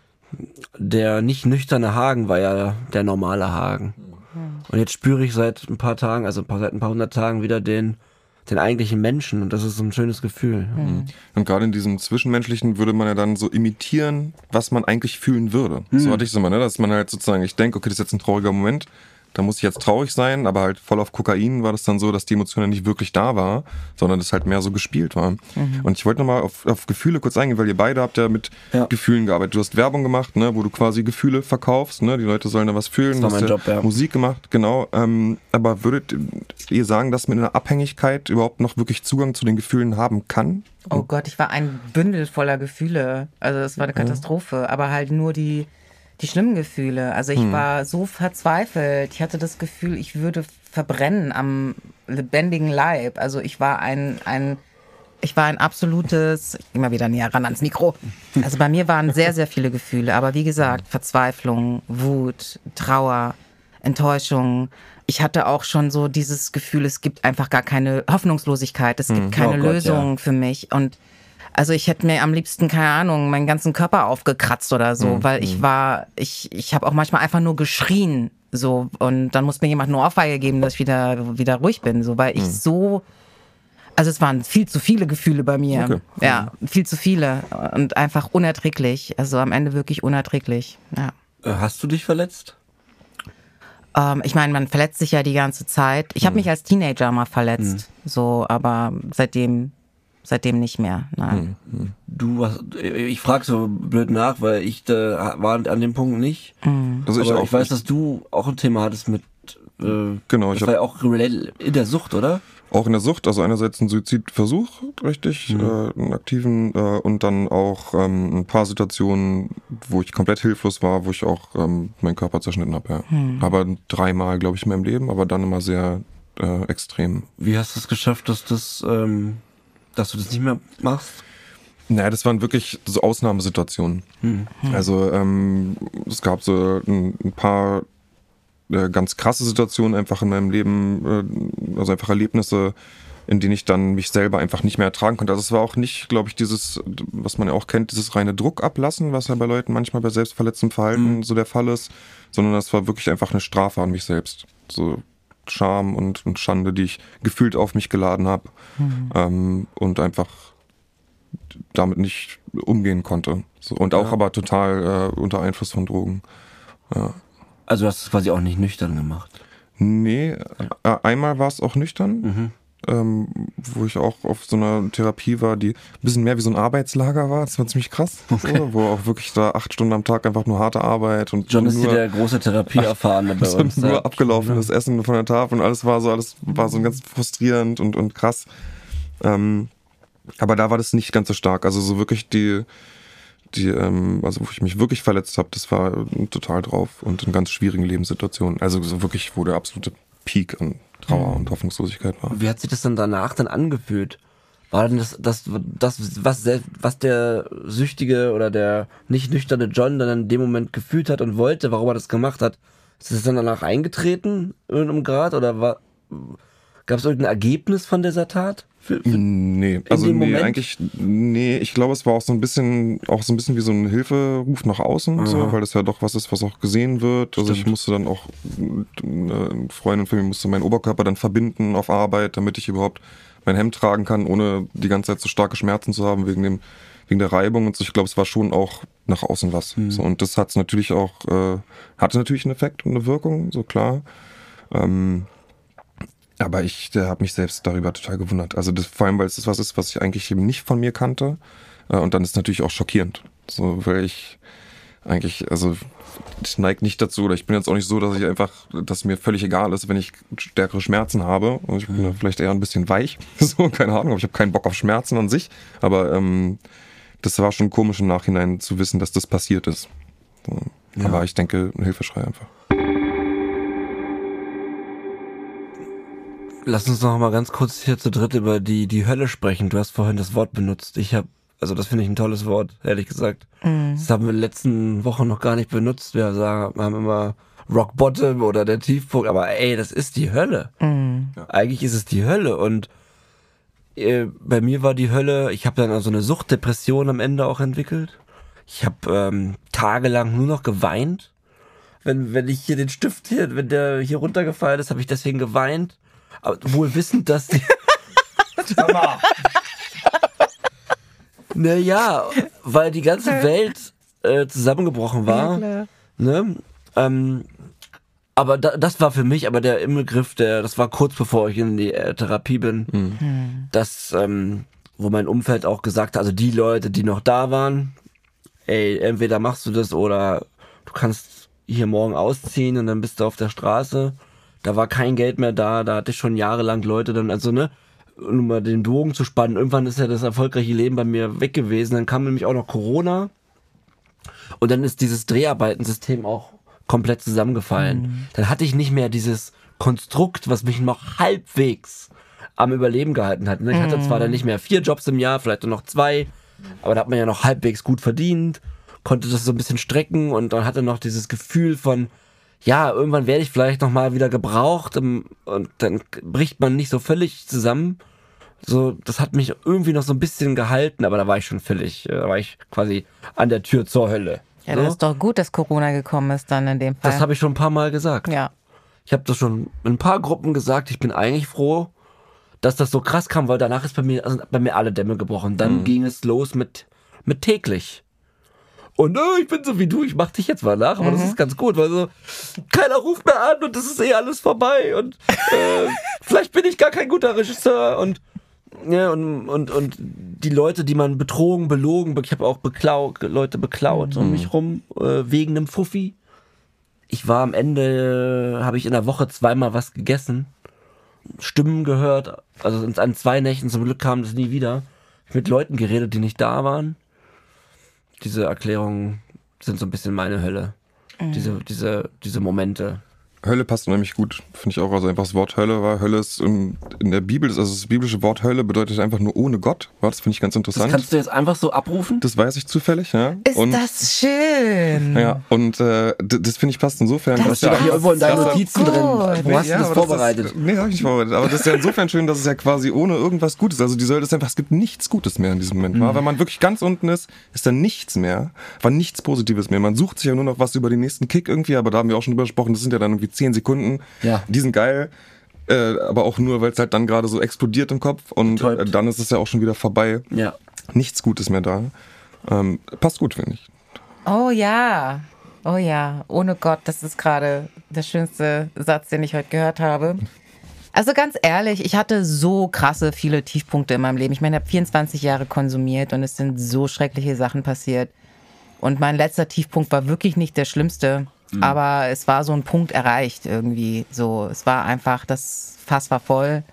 der nicht nüchterne Hagen war ja der normale Hagen. Und jetzt spüre ich seit ein paar Tagen, also seit ein paar hundert Tagen wieder den, den eigentlichen Menschen und das ist so ein schönes Gefühl. Mhm. Und gerade in diesem Zwischenmenschlichen würde man ja dann so imitieren, was man eigentlich fühlen würde. Mhm. So hatte ich es immer, ne? Dass man halt sozusagen, ich denke, okay, das ist jetzt ein trauriger Moment, da muss ich jetzt traurig sein, aber halt voll auf Kokain war das dann so, dass die Emotion ja nicht wirklich da war, sondern das halt mehr so gespielt war. Mhm. Und ich wollte nochmal auf, auf Gefühle kurz eingehen, weil ihr beide habt ja mit ja. Gefühlen gearbeitet. Du hast Werbung gemacht, ne, wo du quasi Gefühle verkaufst, ne, die Leute sollen da was fühlen. Das war mein du Job, ja. Musik gemacht, genau. Ähm, aber würdet ihr sagen, dass man in einer Abhängigkeit überhaupt noch wirklich Zugang zu den Gefühlen haben kann? Oh Gott, ich war ein Bündel voller Gefühle. Also es war eine Katastrophe, ja. aber halt nur die... Die schlimmen Gefühle. Also ich hm. war so verzweifelt. Ich hatte das Gefühl, ich würde verbrennen am lebendigen Leib. Also ich war ein, ein ich war ein absolutes, ich geh mal wieder näher ran ans Mikro. Also bei mir waren sehr, sehr viele Gefühle. Aber wie gesagt, Verzweiflung, Wut, Trauer, Enttäuschung. Ich hatte auch schon so dieses Gefühl, es gibt einfach gar keine Hoffnungslosigkeit. Es gibt keine Oh Gott, Lösung ja. für mich. Und also ich hätte mir am liebsten, keine Ahnung, meinen ganzen Körper aufgekratzt oder so, weil ich war, ich, ich habe auch manchmal einfach nur geschrien. So, und dann muss mir jemand eine Ohrfeige geben, dass ich wieder, wieder ruhig bin. So, weil ich so. Also es waren viel zu viele Gefühle bei mir. Okay. Ja, viel zu viele und einfach unerträglich. Also am Ende wirklich unerträglich. Ja. Hast du dich verletzt? Ähm, ich meine, man verletzt sich ja die ganze Zeit. Ich habe mich als Teenager mal verletzt, so, aber seitdem, seitdem nicht mehr. Nein. Du hast, ich frage so blöd nach, weil ich da war an dem Punkt nicht. Also ich Aber auch ich weiß, nicht. dass du auch ein Thema hattest mit. Äh, Genau, ich das war ja auch related in der Sucht, oder? Auch in der Sucht, also einerseits ein Suizidversuch, richtig, Mhm. äh, einen aktiven, äh, und dann auch ähm, ein paar Situationen, wo ich komplett hilflos war, wo ich auch ähm, meinen Körper zerschnitten habe. Ja. Aber dreimal, glaube ich, in meinem Leben, aber dann immer sehr äh, extrem. Wie hast du es geschafft, dass das, ähm, dass du das nicht mehr machst? Naja, das waren wirklich so Ausnahmesituationen. Also ähm, es gab so ein, ein paar äh, ganz krasse Situationen einfach in meinem Leben, äh, also einfach Erlebnisse, in denen ich dann mich selber einfach nicht mehr ertragen konnte. Also es war auch nicht, glaube ich, dieses, was man ja auch kennt, dieses reine Druck ablassen, was ja bei Leuten manchmal bei selbstverletztem Verhalten so der Fall ist, sondern das war wirklich einfach eine Strafe an mich selbst. So Scham und, und Schande, die ich gefühlt auf mich geladen habe, ähm, und einfach damit nicht umgehen konnte. So, und auch Ja. aber total äh, unter Einfluss von Drogen. Ja. Also du hast es quasi auch nicht nüchtern gemacht. Nee, äh, einmal war es auch nüchtern, ähm, wo ich auch auf so einer Therapie war, die ein bisschen mehr wie so ein Arbeitslager war. Das war ziemlich krass. So, wo auch wirklich da acht Stunden am Tag einfach nur harte Arbeit und John ist nur, hier der große Therapieerfahrene bei so uns. nur ja. abgelaufenes Essen von der Tafel und alles war so, alles war so ganz frustrierend und, und krass. Ähm, aber da war das nicht ganz so stark. Also so wirklich die, die, ähm, also wo ich mich wirklich verletzt habe, das war äh, total drauf und in ganz schwierigen Lebenssituationen. Also so wirklich, wo der absolute Peak an Trauer und Hoffnungslosigkeit war. Wie hat sich das dann danach dann angefühlt? War denn das, das, das was, sel- was der süchtige oder der nicht nüchterne John dann in dem Moment gefühlt hat und wollte, warum er das gemacht hat? Ist das dann danach eingetreten, in irgendeinem Grad? Oder war, gab es irgendein Ergebnis von dieser Tat? Für, für, Nee, also dem nee, Moment? eigentlich, nee, ich glaube, es war auch so ein bisschen, auch so ein bisschen wie so ein Hilferuf nach außen, so, weil das ja doch was ist, was auch gesehen wird. Also ich Stimmt. musste dann auch, eine Freundin von mir musste meinen Oberkörper dann verbinden auf Arbeit, damit ich überhaupt mein Hemd tragen kann, ohne die ganze Zeit so starke Schmerzen zu haben wegen dem, wegen der Reibung und so. Ich glaube, es war schon auch nach außen was. So, und das hat es natürlich auch, äh, hatte natürlich einen Effekt und eine Wirkung, so klar. Ähm, Aber ich habe mich selbst darüber total gewundert. Also das, vor allem, weil es das was ist, was ich eigentlich eben nicht von mir kannte. Äh, und dann ist es natürlich auch schockierend. So, weil ich eigentlich, also ich neige nicht dazu, oder ich bin jetzt auch nicht so, dass ich einfach, dass mir völlig egal ist, wenn ich stärkere Schmerzen habe. Und ich bin da vielleicht eher ein bisschen weich. So, keine Ahnung, aber ich habe keinen Bock auf Schmerzen an sich. Aber ähm, das war schon komisch im Nachhinein zu wissen, dass das passiert ist. So. Ja. Aber ich denke, ein Hilfeschrei einfach. Lass uns noch mal ganz kurz hier zu dritt über die, die Hölle sprechen. Du hast vorhin das Wort benutzt. Ich habe, also das finde ich ein tolles Wort, ehrlich gesagt. Das haben wir in den letzten Wochen noch gar nicht benutzt. Wir sagen, wir haben immer Rock Bottom oder der Tiefpunkt, aber ey, das ist die Hölle. Eigentlich ist es die Hölle und äh, bei mir war die Hölle, ich habe dann also eine Suchtdepression am Ende auch entwickelt. Ich habe ähm, tagelang nur noch geweint. Wenn, wenn ich hier den Stift hier, wenn der hier runtergefallen ist, habe ich deswegen geweint. Aber wohl wissend, dass die... Sag mal. Naja, weil die ganze Welt äh, zusammengebrochen war. klar. Ne? Ähm, aber da, das war für mich aber der Inbegriff, der, das war kurz bevor ich in die äh, Therapie bin, Hm. das, ähm, wo mein Umfeld auch gesagt hat, also die Leute, die noch da waren, ey, entweder machst du das oder du kannst hier morgen ausziehen und dann bist du auf der Straße. Da war kein Geld mehr da, da hatte ich schon jahrelang Leute dann, also ne, um mal den Bogen zu spannen, irgendwann ist ja das erfolgreiche Leben bei mir weg gewesen, dann kam nämlich auch noch Corona und dann ist dieses Dreharbeitensystem auch komplett zusammengefallen. Mhm. Dann hatte ich nicht mehr dieses Konstrukt, was mich noch halbwegs am Überleben gehalten hat. Ich hatte zwar dann nicht mehr vier Jobs im Jahr, vielleicht nur noch zwei, aber da hat man ja noch halbwegs gut verdient, konnte das so ein bisschen strecken und dann hatte noch dieses Gefühl von, ja, irgendwann werde ich vielleicht nochmal wieder gebraucht und dann bricht man nicht so völlig zusammen. So, das hat mich irgendwie noch so ein bisschen gehalten, aber da war ich schon völlig, da war ich quasi an der Tür zur Hölle. Ja, so. Das ist doch gut, dass Corona gekommen ist dann in dem Fall. Das habe ich schon ein paar Mal gesagt. Ja. Ich habe das schon in ein paar Gruppen gesagt, ich bin eigentlich froh, dass das so krass kam, weil danach ist bei mir, also bei mir alle Dämme gebrochen. Dann mhm. ging es los mit, mit täglich. Und oh, ich bin so wie du, ich mach dich jetzt mal nach, aber mhm. das ist ganz gut, weil so keiner ruft mehr an und das ist eh alles vorbei und äh, vielleicht bin ich gar kein guter Regisseur und ja, und, und, und die Leute, die man betrogen, belogen, ich habe auch beklaut, Leute beklaut mhm. um mich rum, äh, wegen einem Fuffi. Ich war am Ende, habe ich in der Woche zweimal was gegessen, Stimmen gehört, also an zwei Nächten, zum Glück kam das nie wieder, mit Leuten geredet, die nicht da waren. Diese Erklärungen sind so ein bisschen meine Hölle. Mhm. Diese, diese, diese Momente. Hölle passt nämlich gut, finde ich auch. Also einfach das Wort Hölle war, Hölle ist in, in der Bibel, also das biblische Wort Hölle bedeutet einfach nur ohne Gott. Das finde ich ganz interessant. Das kannst du jetzt einfach so abrufen? Das weiß ich zufällig, ja. Ist und, das schön. Ja, und äh, d- das finde ich passt insofern. Das dass steht ja hier irgendwo in deinen Notizen gut. drin. Wo nee, hast ja, du das vorbereitet? Das ist, nee, habe ich nicht vorbereitet. Aber das ist ja insofern schön, dass es ja quasi ohne irgendwas Gutes, also die Hölle ist einfach, es gibt nichts Gutes mehr in diesem Moment. Mhm. Wenn man wirklich ganz unten ist, ist da nichts mehr, war nichts Positives mehr. Man sucht sich ja nur noch was über den nächsten Kick irgendwie, aber da haben wir auch schon drüber gesprochen, das sind ja dann irgendwie zehn Sekunden. Ja. Die sind geil, äh, aber auch nur, weil es halt dann gerade so explodiert im Kopf und äh, dann ist es ja auch schon wieder vorbei. Ja. Nichts Gutes mehr da. Ähm, passt gut, finde ich. Oh ja, oh ja, ohne Gott, das ist gerade der schönste Satz, den ich heute gehört habe. Also ganz ehrlich, ich hatte so krasse viele Tiefpunkte in meinem Leben. Ich meine, ich habe vierundzwanzig Jahre konsumiert und es sind so schreckliche Sachen passiert. Und mein letzter Tiefpunkt war wirklich nicht der schlimmste. Aber es war so ein Punkt erreicht irgendwie. So, es war einfach, das Fass war voll.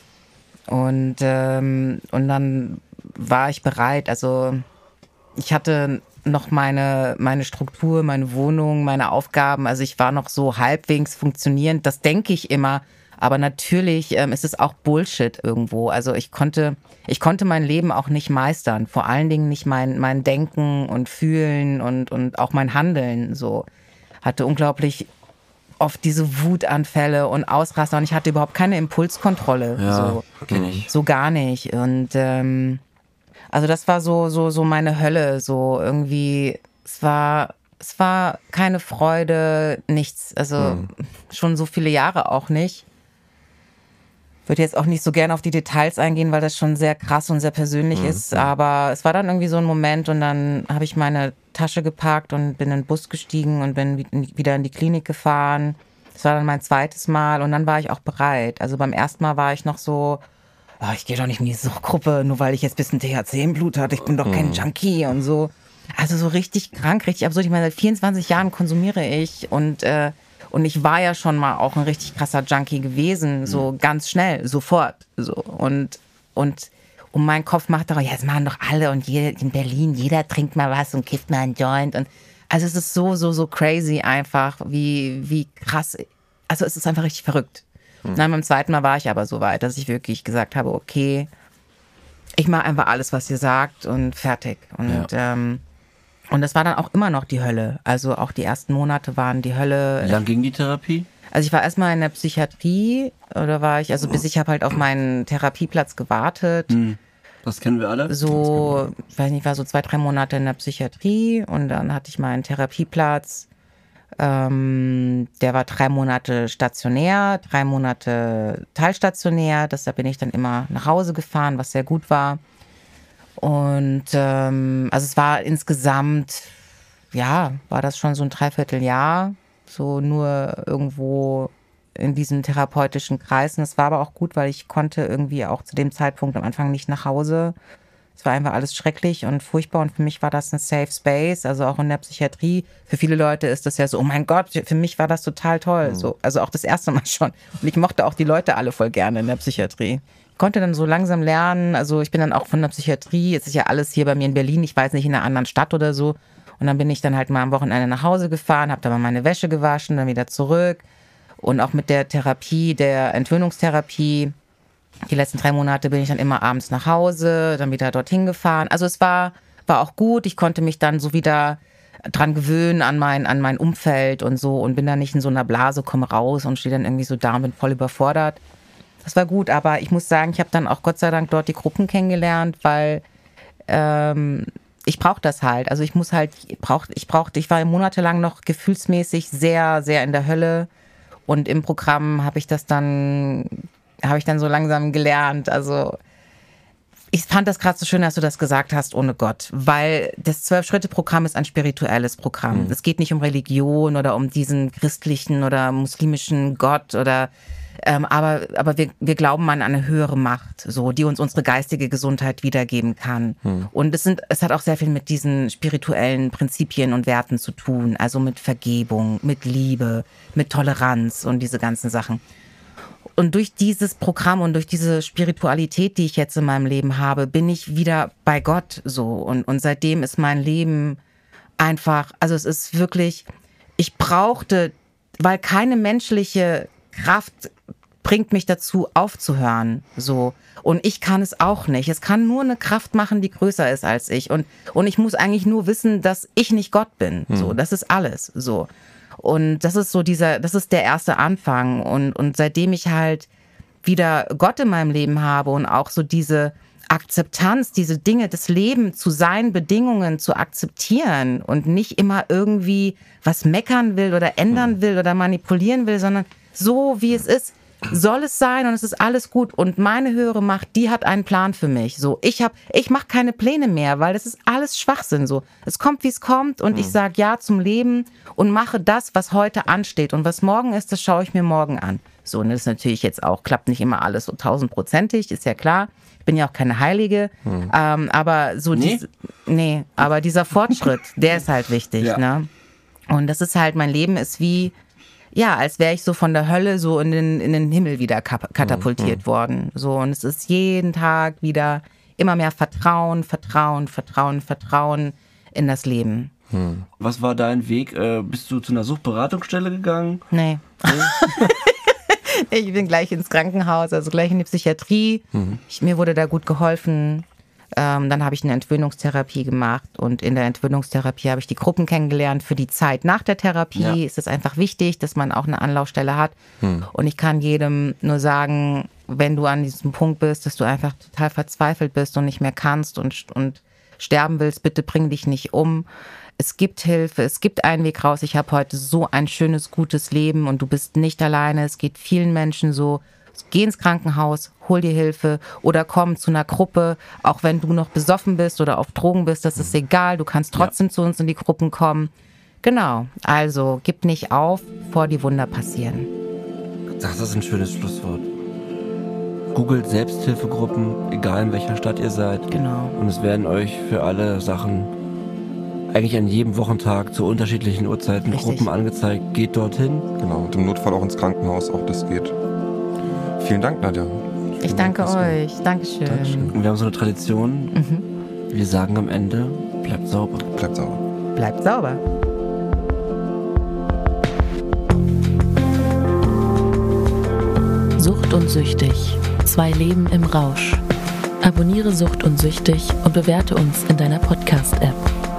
Und, ähm, und dann war ich bereit. Also ich hatte noch meine, meine Struktur, meine Wohnung, meine Aufgaben. Also ich war noch so halbwegs funktionierend. Das denke ich immer. Aber natürlich ähm, ist es auch Bullshit irgendwo. Also ich konnte, ich konnte mein Leben auch nicht meistern. Vor allen Dingen nicht mein, mein Denken und Fühlen und, und auch mein Handeln so. Hatte unglaublich oft diese Wutanfälle und Ausraster und ich hatte überhaupt keine Impulskontrolle. Ja, so, kenn ich. So gar nicht. Und ähm, also das war so, so, so meine Hölle. So irgendwie, es war, es war keine Freude, nichts. Also mhm. schon so viele Jahre auch nicht. Würde jetzt auch nicht so gerne auf die Details eingehen, weil das schon sehr krass und sehr persönlich mhm. ist. Aber es war dann irgendwie so ein Moment und dann habe ich meine Tasche geparkt und bin in den Bus gestiegen und bin wieder in die Klinik gefahren. Das war dann mein zweites Mal und dann war ich auch bereit. Also beim ersten Mal war ich noch so, oh, ich gehe doch nicht in die Suchtgruppe, nur weil ich jetzt ein bisschen T H C im Blut hatte. Ich bin doch kein Junkie und so. Also so richtig krank, richtig absurd. Ich meine, seit vierundzwanzig Jahren konsumiere ich und äh, Und ich war ja schon mal auch ein richtig krasser Junkie gewesen, so mhm. ganz schnell, sofort. So. Und, und, und mein Kopf macht doch, ja, das machen doch alle und jeder, in Berlin, jeder trinkt mal was und kifft mal einen Joint. Und also es ist so, so, so crazy einfach, wie, wie krass. Also es ist einfach richtig verrückt. Mhm. Dann beim zweiten Mal war ich aber so weit, dass ich wirklich gesagt habe, okay, ich mache einfach alles, was ihr sagt und fertig. Und ja. ähm, Und das war dann auch immer noch die Hölle. Also auch die ersten Monate waren die Hölle. Wie lange ging die Therapie? Also ich war erstmal in der Psychiatrie, oder war ich, also bis ich habe halt auf meinen Therapieplatz gewartet. Hm. Das kennen wir alle. So, ich weiß nicht, war so zwei, drei Monate in der Psychiatrie und dann hatte ich meinen Therapieplatz. Ähm, der war drei Monate stationär, drei Monate teilstationär. Deshalb bin ich dann immer nach Hause gefahren, was sehr gut war. Und ähm, also es war insgesamt, ja, war das schon so ein Dreivierteljahr, so nur irgendwo in diesen therapeutischen Kreisen. Es war aber auch gut, weil ich konnte irgendwie auch zu dem Zeitpunkt am Anfang nicht nach Hause. Es war einfach alles schrecklich und furchtbar und für mich war das ein Safe Space, also auch in der Psychiatrie. Für viele Leute ist das ja so, oh mein Gott, für mich war das total toll. Mhm. So, also auch das erste Mal schon. Und ich mochte auch die Leute alle voll gerne in der Psychiatrie. Ich konnte dann so langsam lernen, also ich bin dann auch von der Psychiatrie, es ist ja alles hier bei mir in Berlin, ich weiß nicht, in einer anderen Stadt oder so. Und dann bin ich dann halt mal am Wochenende nach Hause gefahren, habe da mal meine Wäsche gewaschen, dann wieder zurück. Und auch mit der Therapie, der Entwöhnungstherapie, die letzten drei Monate bin ich dann immer abends nach Hause, dann wieder dorthin gefahren. Also es war, war auch gut. Ich konnte mich dann so wieder dran gewöhnen an mein, an mein Umfeld und so und bin dann nicht in so einer Blase, komme raus und stehe dann irgendwie so da und bin voll überfordert. Das war gut, aber ich muss sagen, ich habe dann auch Gott sei Dank dort die Gruppen kennengelernt, weil ähm, ich brauche das halt. Also ich muss halt, ich brauchte, ich brauchte, ich war monatelang noch gefühlsmäßig sehr, sehr in der Hölle und im Programm habe ich das dann, habe ich dann so langsam gelernt. Also ich fand das gerade so schön, dass du das gesagt hast, ohne Gott, weil das Zwölf-Schritte-Programm ist ein spirituelles Programm. Mhm. Es geht nicht um Religion oder um diesen christlichen oder muslimischen Gott oder Ähm, aber aber wir, wir glauben an eine höhere Macht, so, die uns unsere geistige Gesundheit wiedergeben kann. Hm. Und es sind, es hat auch sehr viel mit diesen spirituellen Prinzipien und Werten zu tun, also mit Vergebung, mit Liebe, mit Toleranz und diese ganzen Sachen. Und durch dieses Programm und durch diese Spiritualität, die ich jetzt in meinem Leben habe, bin ich wieder bei Gott so. Und, und seitdem ist mein Leben einfach, also es ist wirklich, ich brauchte, weil keine menschliche Kraft bringt mich dazu, aufzuhören, so. Und ich kann es auch nicht. Es kann nur eine Kraft machen, die größer ist als ich. Und, und ich muss eigentlich nur wissen, dass ich nicht Gott bin, so. Das ist alles, so. Und das ist so dieser, das ist der erste Anfang. Und, und seitdem ich halt wieder Gott in meinem Leben habe und auch so diese Akzeptanz, diese Dinge des Lebens zu seinen Bedingungen zu akzeptieren und nicht immer irgendwie was meckern will oder ändern will oder manipulieren will, sondern so wie es ist, soll es sein und es ist alles gut. Und meine höhere Macht, die hat einen Plan für mich. So, ich habe, ich mache keine Pläne mehr, weil das ist alles Schwachsinn. So, es kommt, wie es kommt und mhm. ich sage ja zum Leben und mache das, was heute ansteht. Und was morgen ist, das schaue ich mir morgen an. So, und das ist natürlich jetzt auch, klappt nicht immer alles so tausendprozentig, ist ja klar. Ich bin ja auch keine Heilige, mhm. ähm, aber so nee? Dies, nee, aber dieser Fortschritt, der ist halt wichtig, ja. ne? Und das ist halt, mein Leben ist wie, ja, als wäre ich so von der Hölle so in den, in den Himmel wieder katapultiert mhm. worden. So, und es ist jeden Tag wieder immer mehr Vertrauen, Vertrauen, Vertrauen, Vertrauen in das Leben. Mhm. Was war dein Weg? Äh, bist du zu einer Suchtberatungsstelle gegangen? Nee. nee? Ich bin gleich ins Krankenhaus, also gleich in die Psychiatrie. Mhm. Ich, mir wurde da gut geholfen. Ähm, dann habe ich eine Entwöhnungstherapie gemacht und in der Entwöhnungstherapie habe ich die Gruppen kennengelernt. Für die Zeit nach der Therapie ja. ist es einfach wichtig, dass man auch eine Anlaufstelle hat. Hm. Und ich kann jedem nur sagen, wenn du an diesem Punkt bist, dass du einfach total verzweifelt bist und nicht mehr kannst und, und sterben willst, bitte bring dich nicht um. Es gibt Hilfe, es gibt einen Weg raus. Ich habe heute so ein schönes, gutes Leben und du bist nicht alleine. Es geht vielen Menschen so. Geh ins Krankenhaus, hol dir Hilfe oder komm zu einer Gruppe, auch wenn du noch besoffen bist oder auf Drogen bist, das ist egal, du kannst trotzdem ja. zu uns in die Gruppen kommen. Genau, also gib nicht auf, bevor die Wunder passieren. Das ist ein schönes Schlusswort. Googelt Selbsthilfegruppen, egal in welcher Stadt ihr seid. Genau. Und es werden euch für alle Sachen eigentlich an jedem Wochentag zu unterschiedlichen Uhrzeiten Richtig. Gruppen angezeigt. Geht dorthin. Genau, und im Notfall auch ins Krankenhaus, auch das geht. Vielen Dank, Nadja. Vielen ich danke Dank, euch. Dankeschön. Dankeschön. Und wir haben so eine Tradition. Mhm. Wir sagen am Ende, bleibt sauber. Bleibt sauber. Bleibt sauber. Sucht und süchtig. Zwei Leben im Rausch. Abonniere Sucht und Süchtig und bewerte uns in deiner Podcast-App.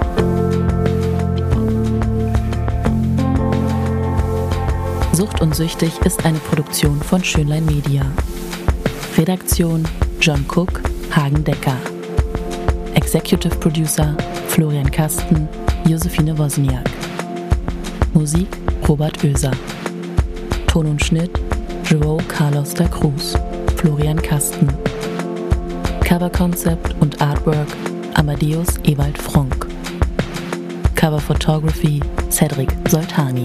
Sucht und Süchtig ist eine Produktion von Schönlein Media. Redaktion John Cook, Hagen Decker. Executive Producer Florian Kasten, Josephine Wozniak. Musik Robert Oeser. Ton und Schnitt João Carlos da Cruz, Florian Kasten. Cover Concept und Artwork Amadeus Ewald Fronk. Cover Photography Cedric Soltani.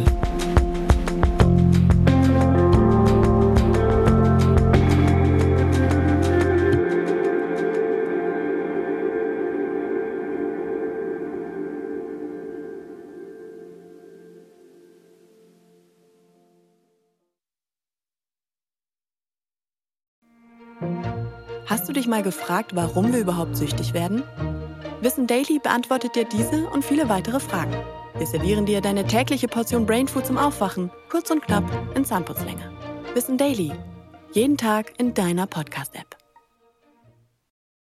Hast du dich mal gefragt, warum wir überhaupt süchtig werden? Wissen Daily beantwortet dir diese und viele weitere Fragen. Wir servieren dir deine tägliche Portion Brainfood zum Aufwachen, kurz und knapp in Zahnputzlänge. Wissen Daily. Jeden Tag in deiner Podcast-App.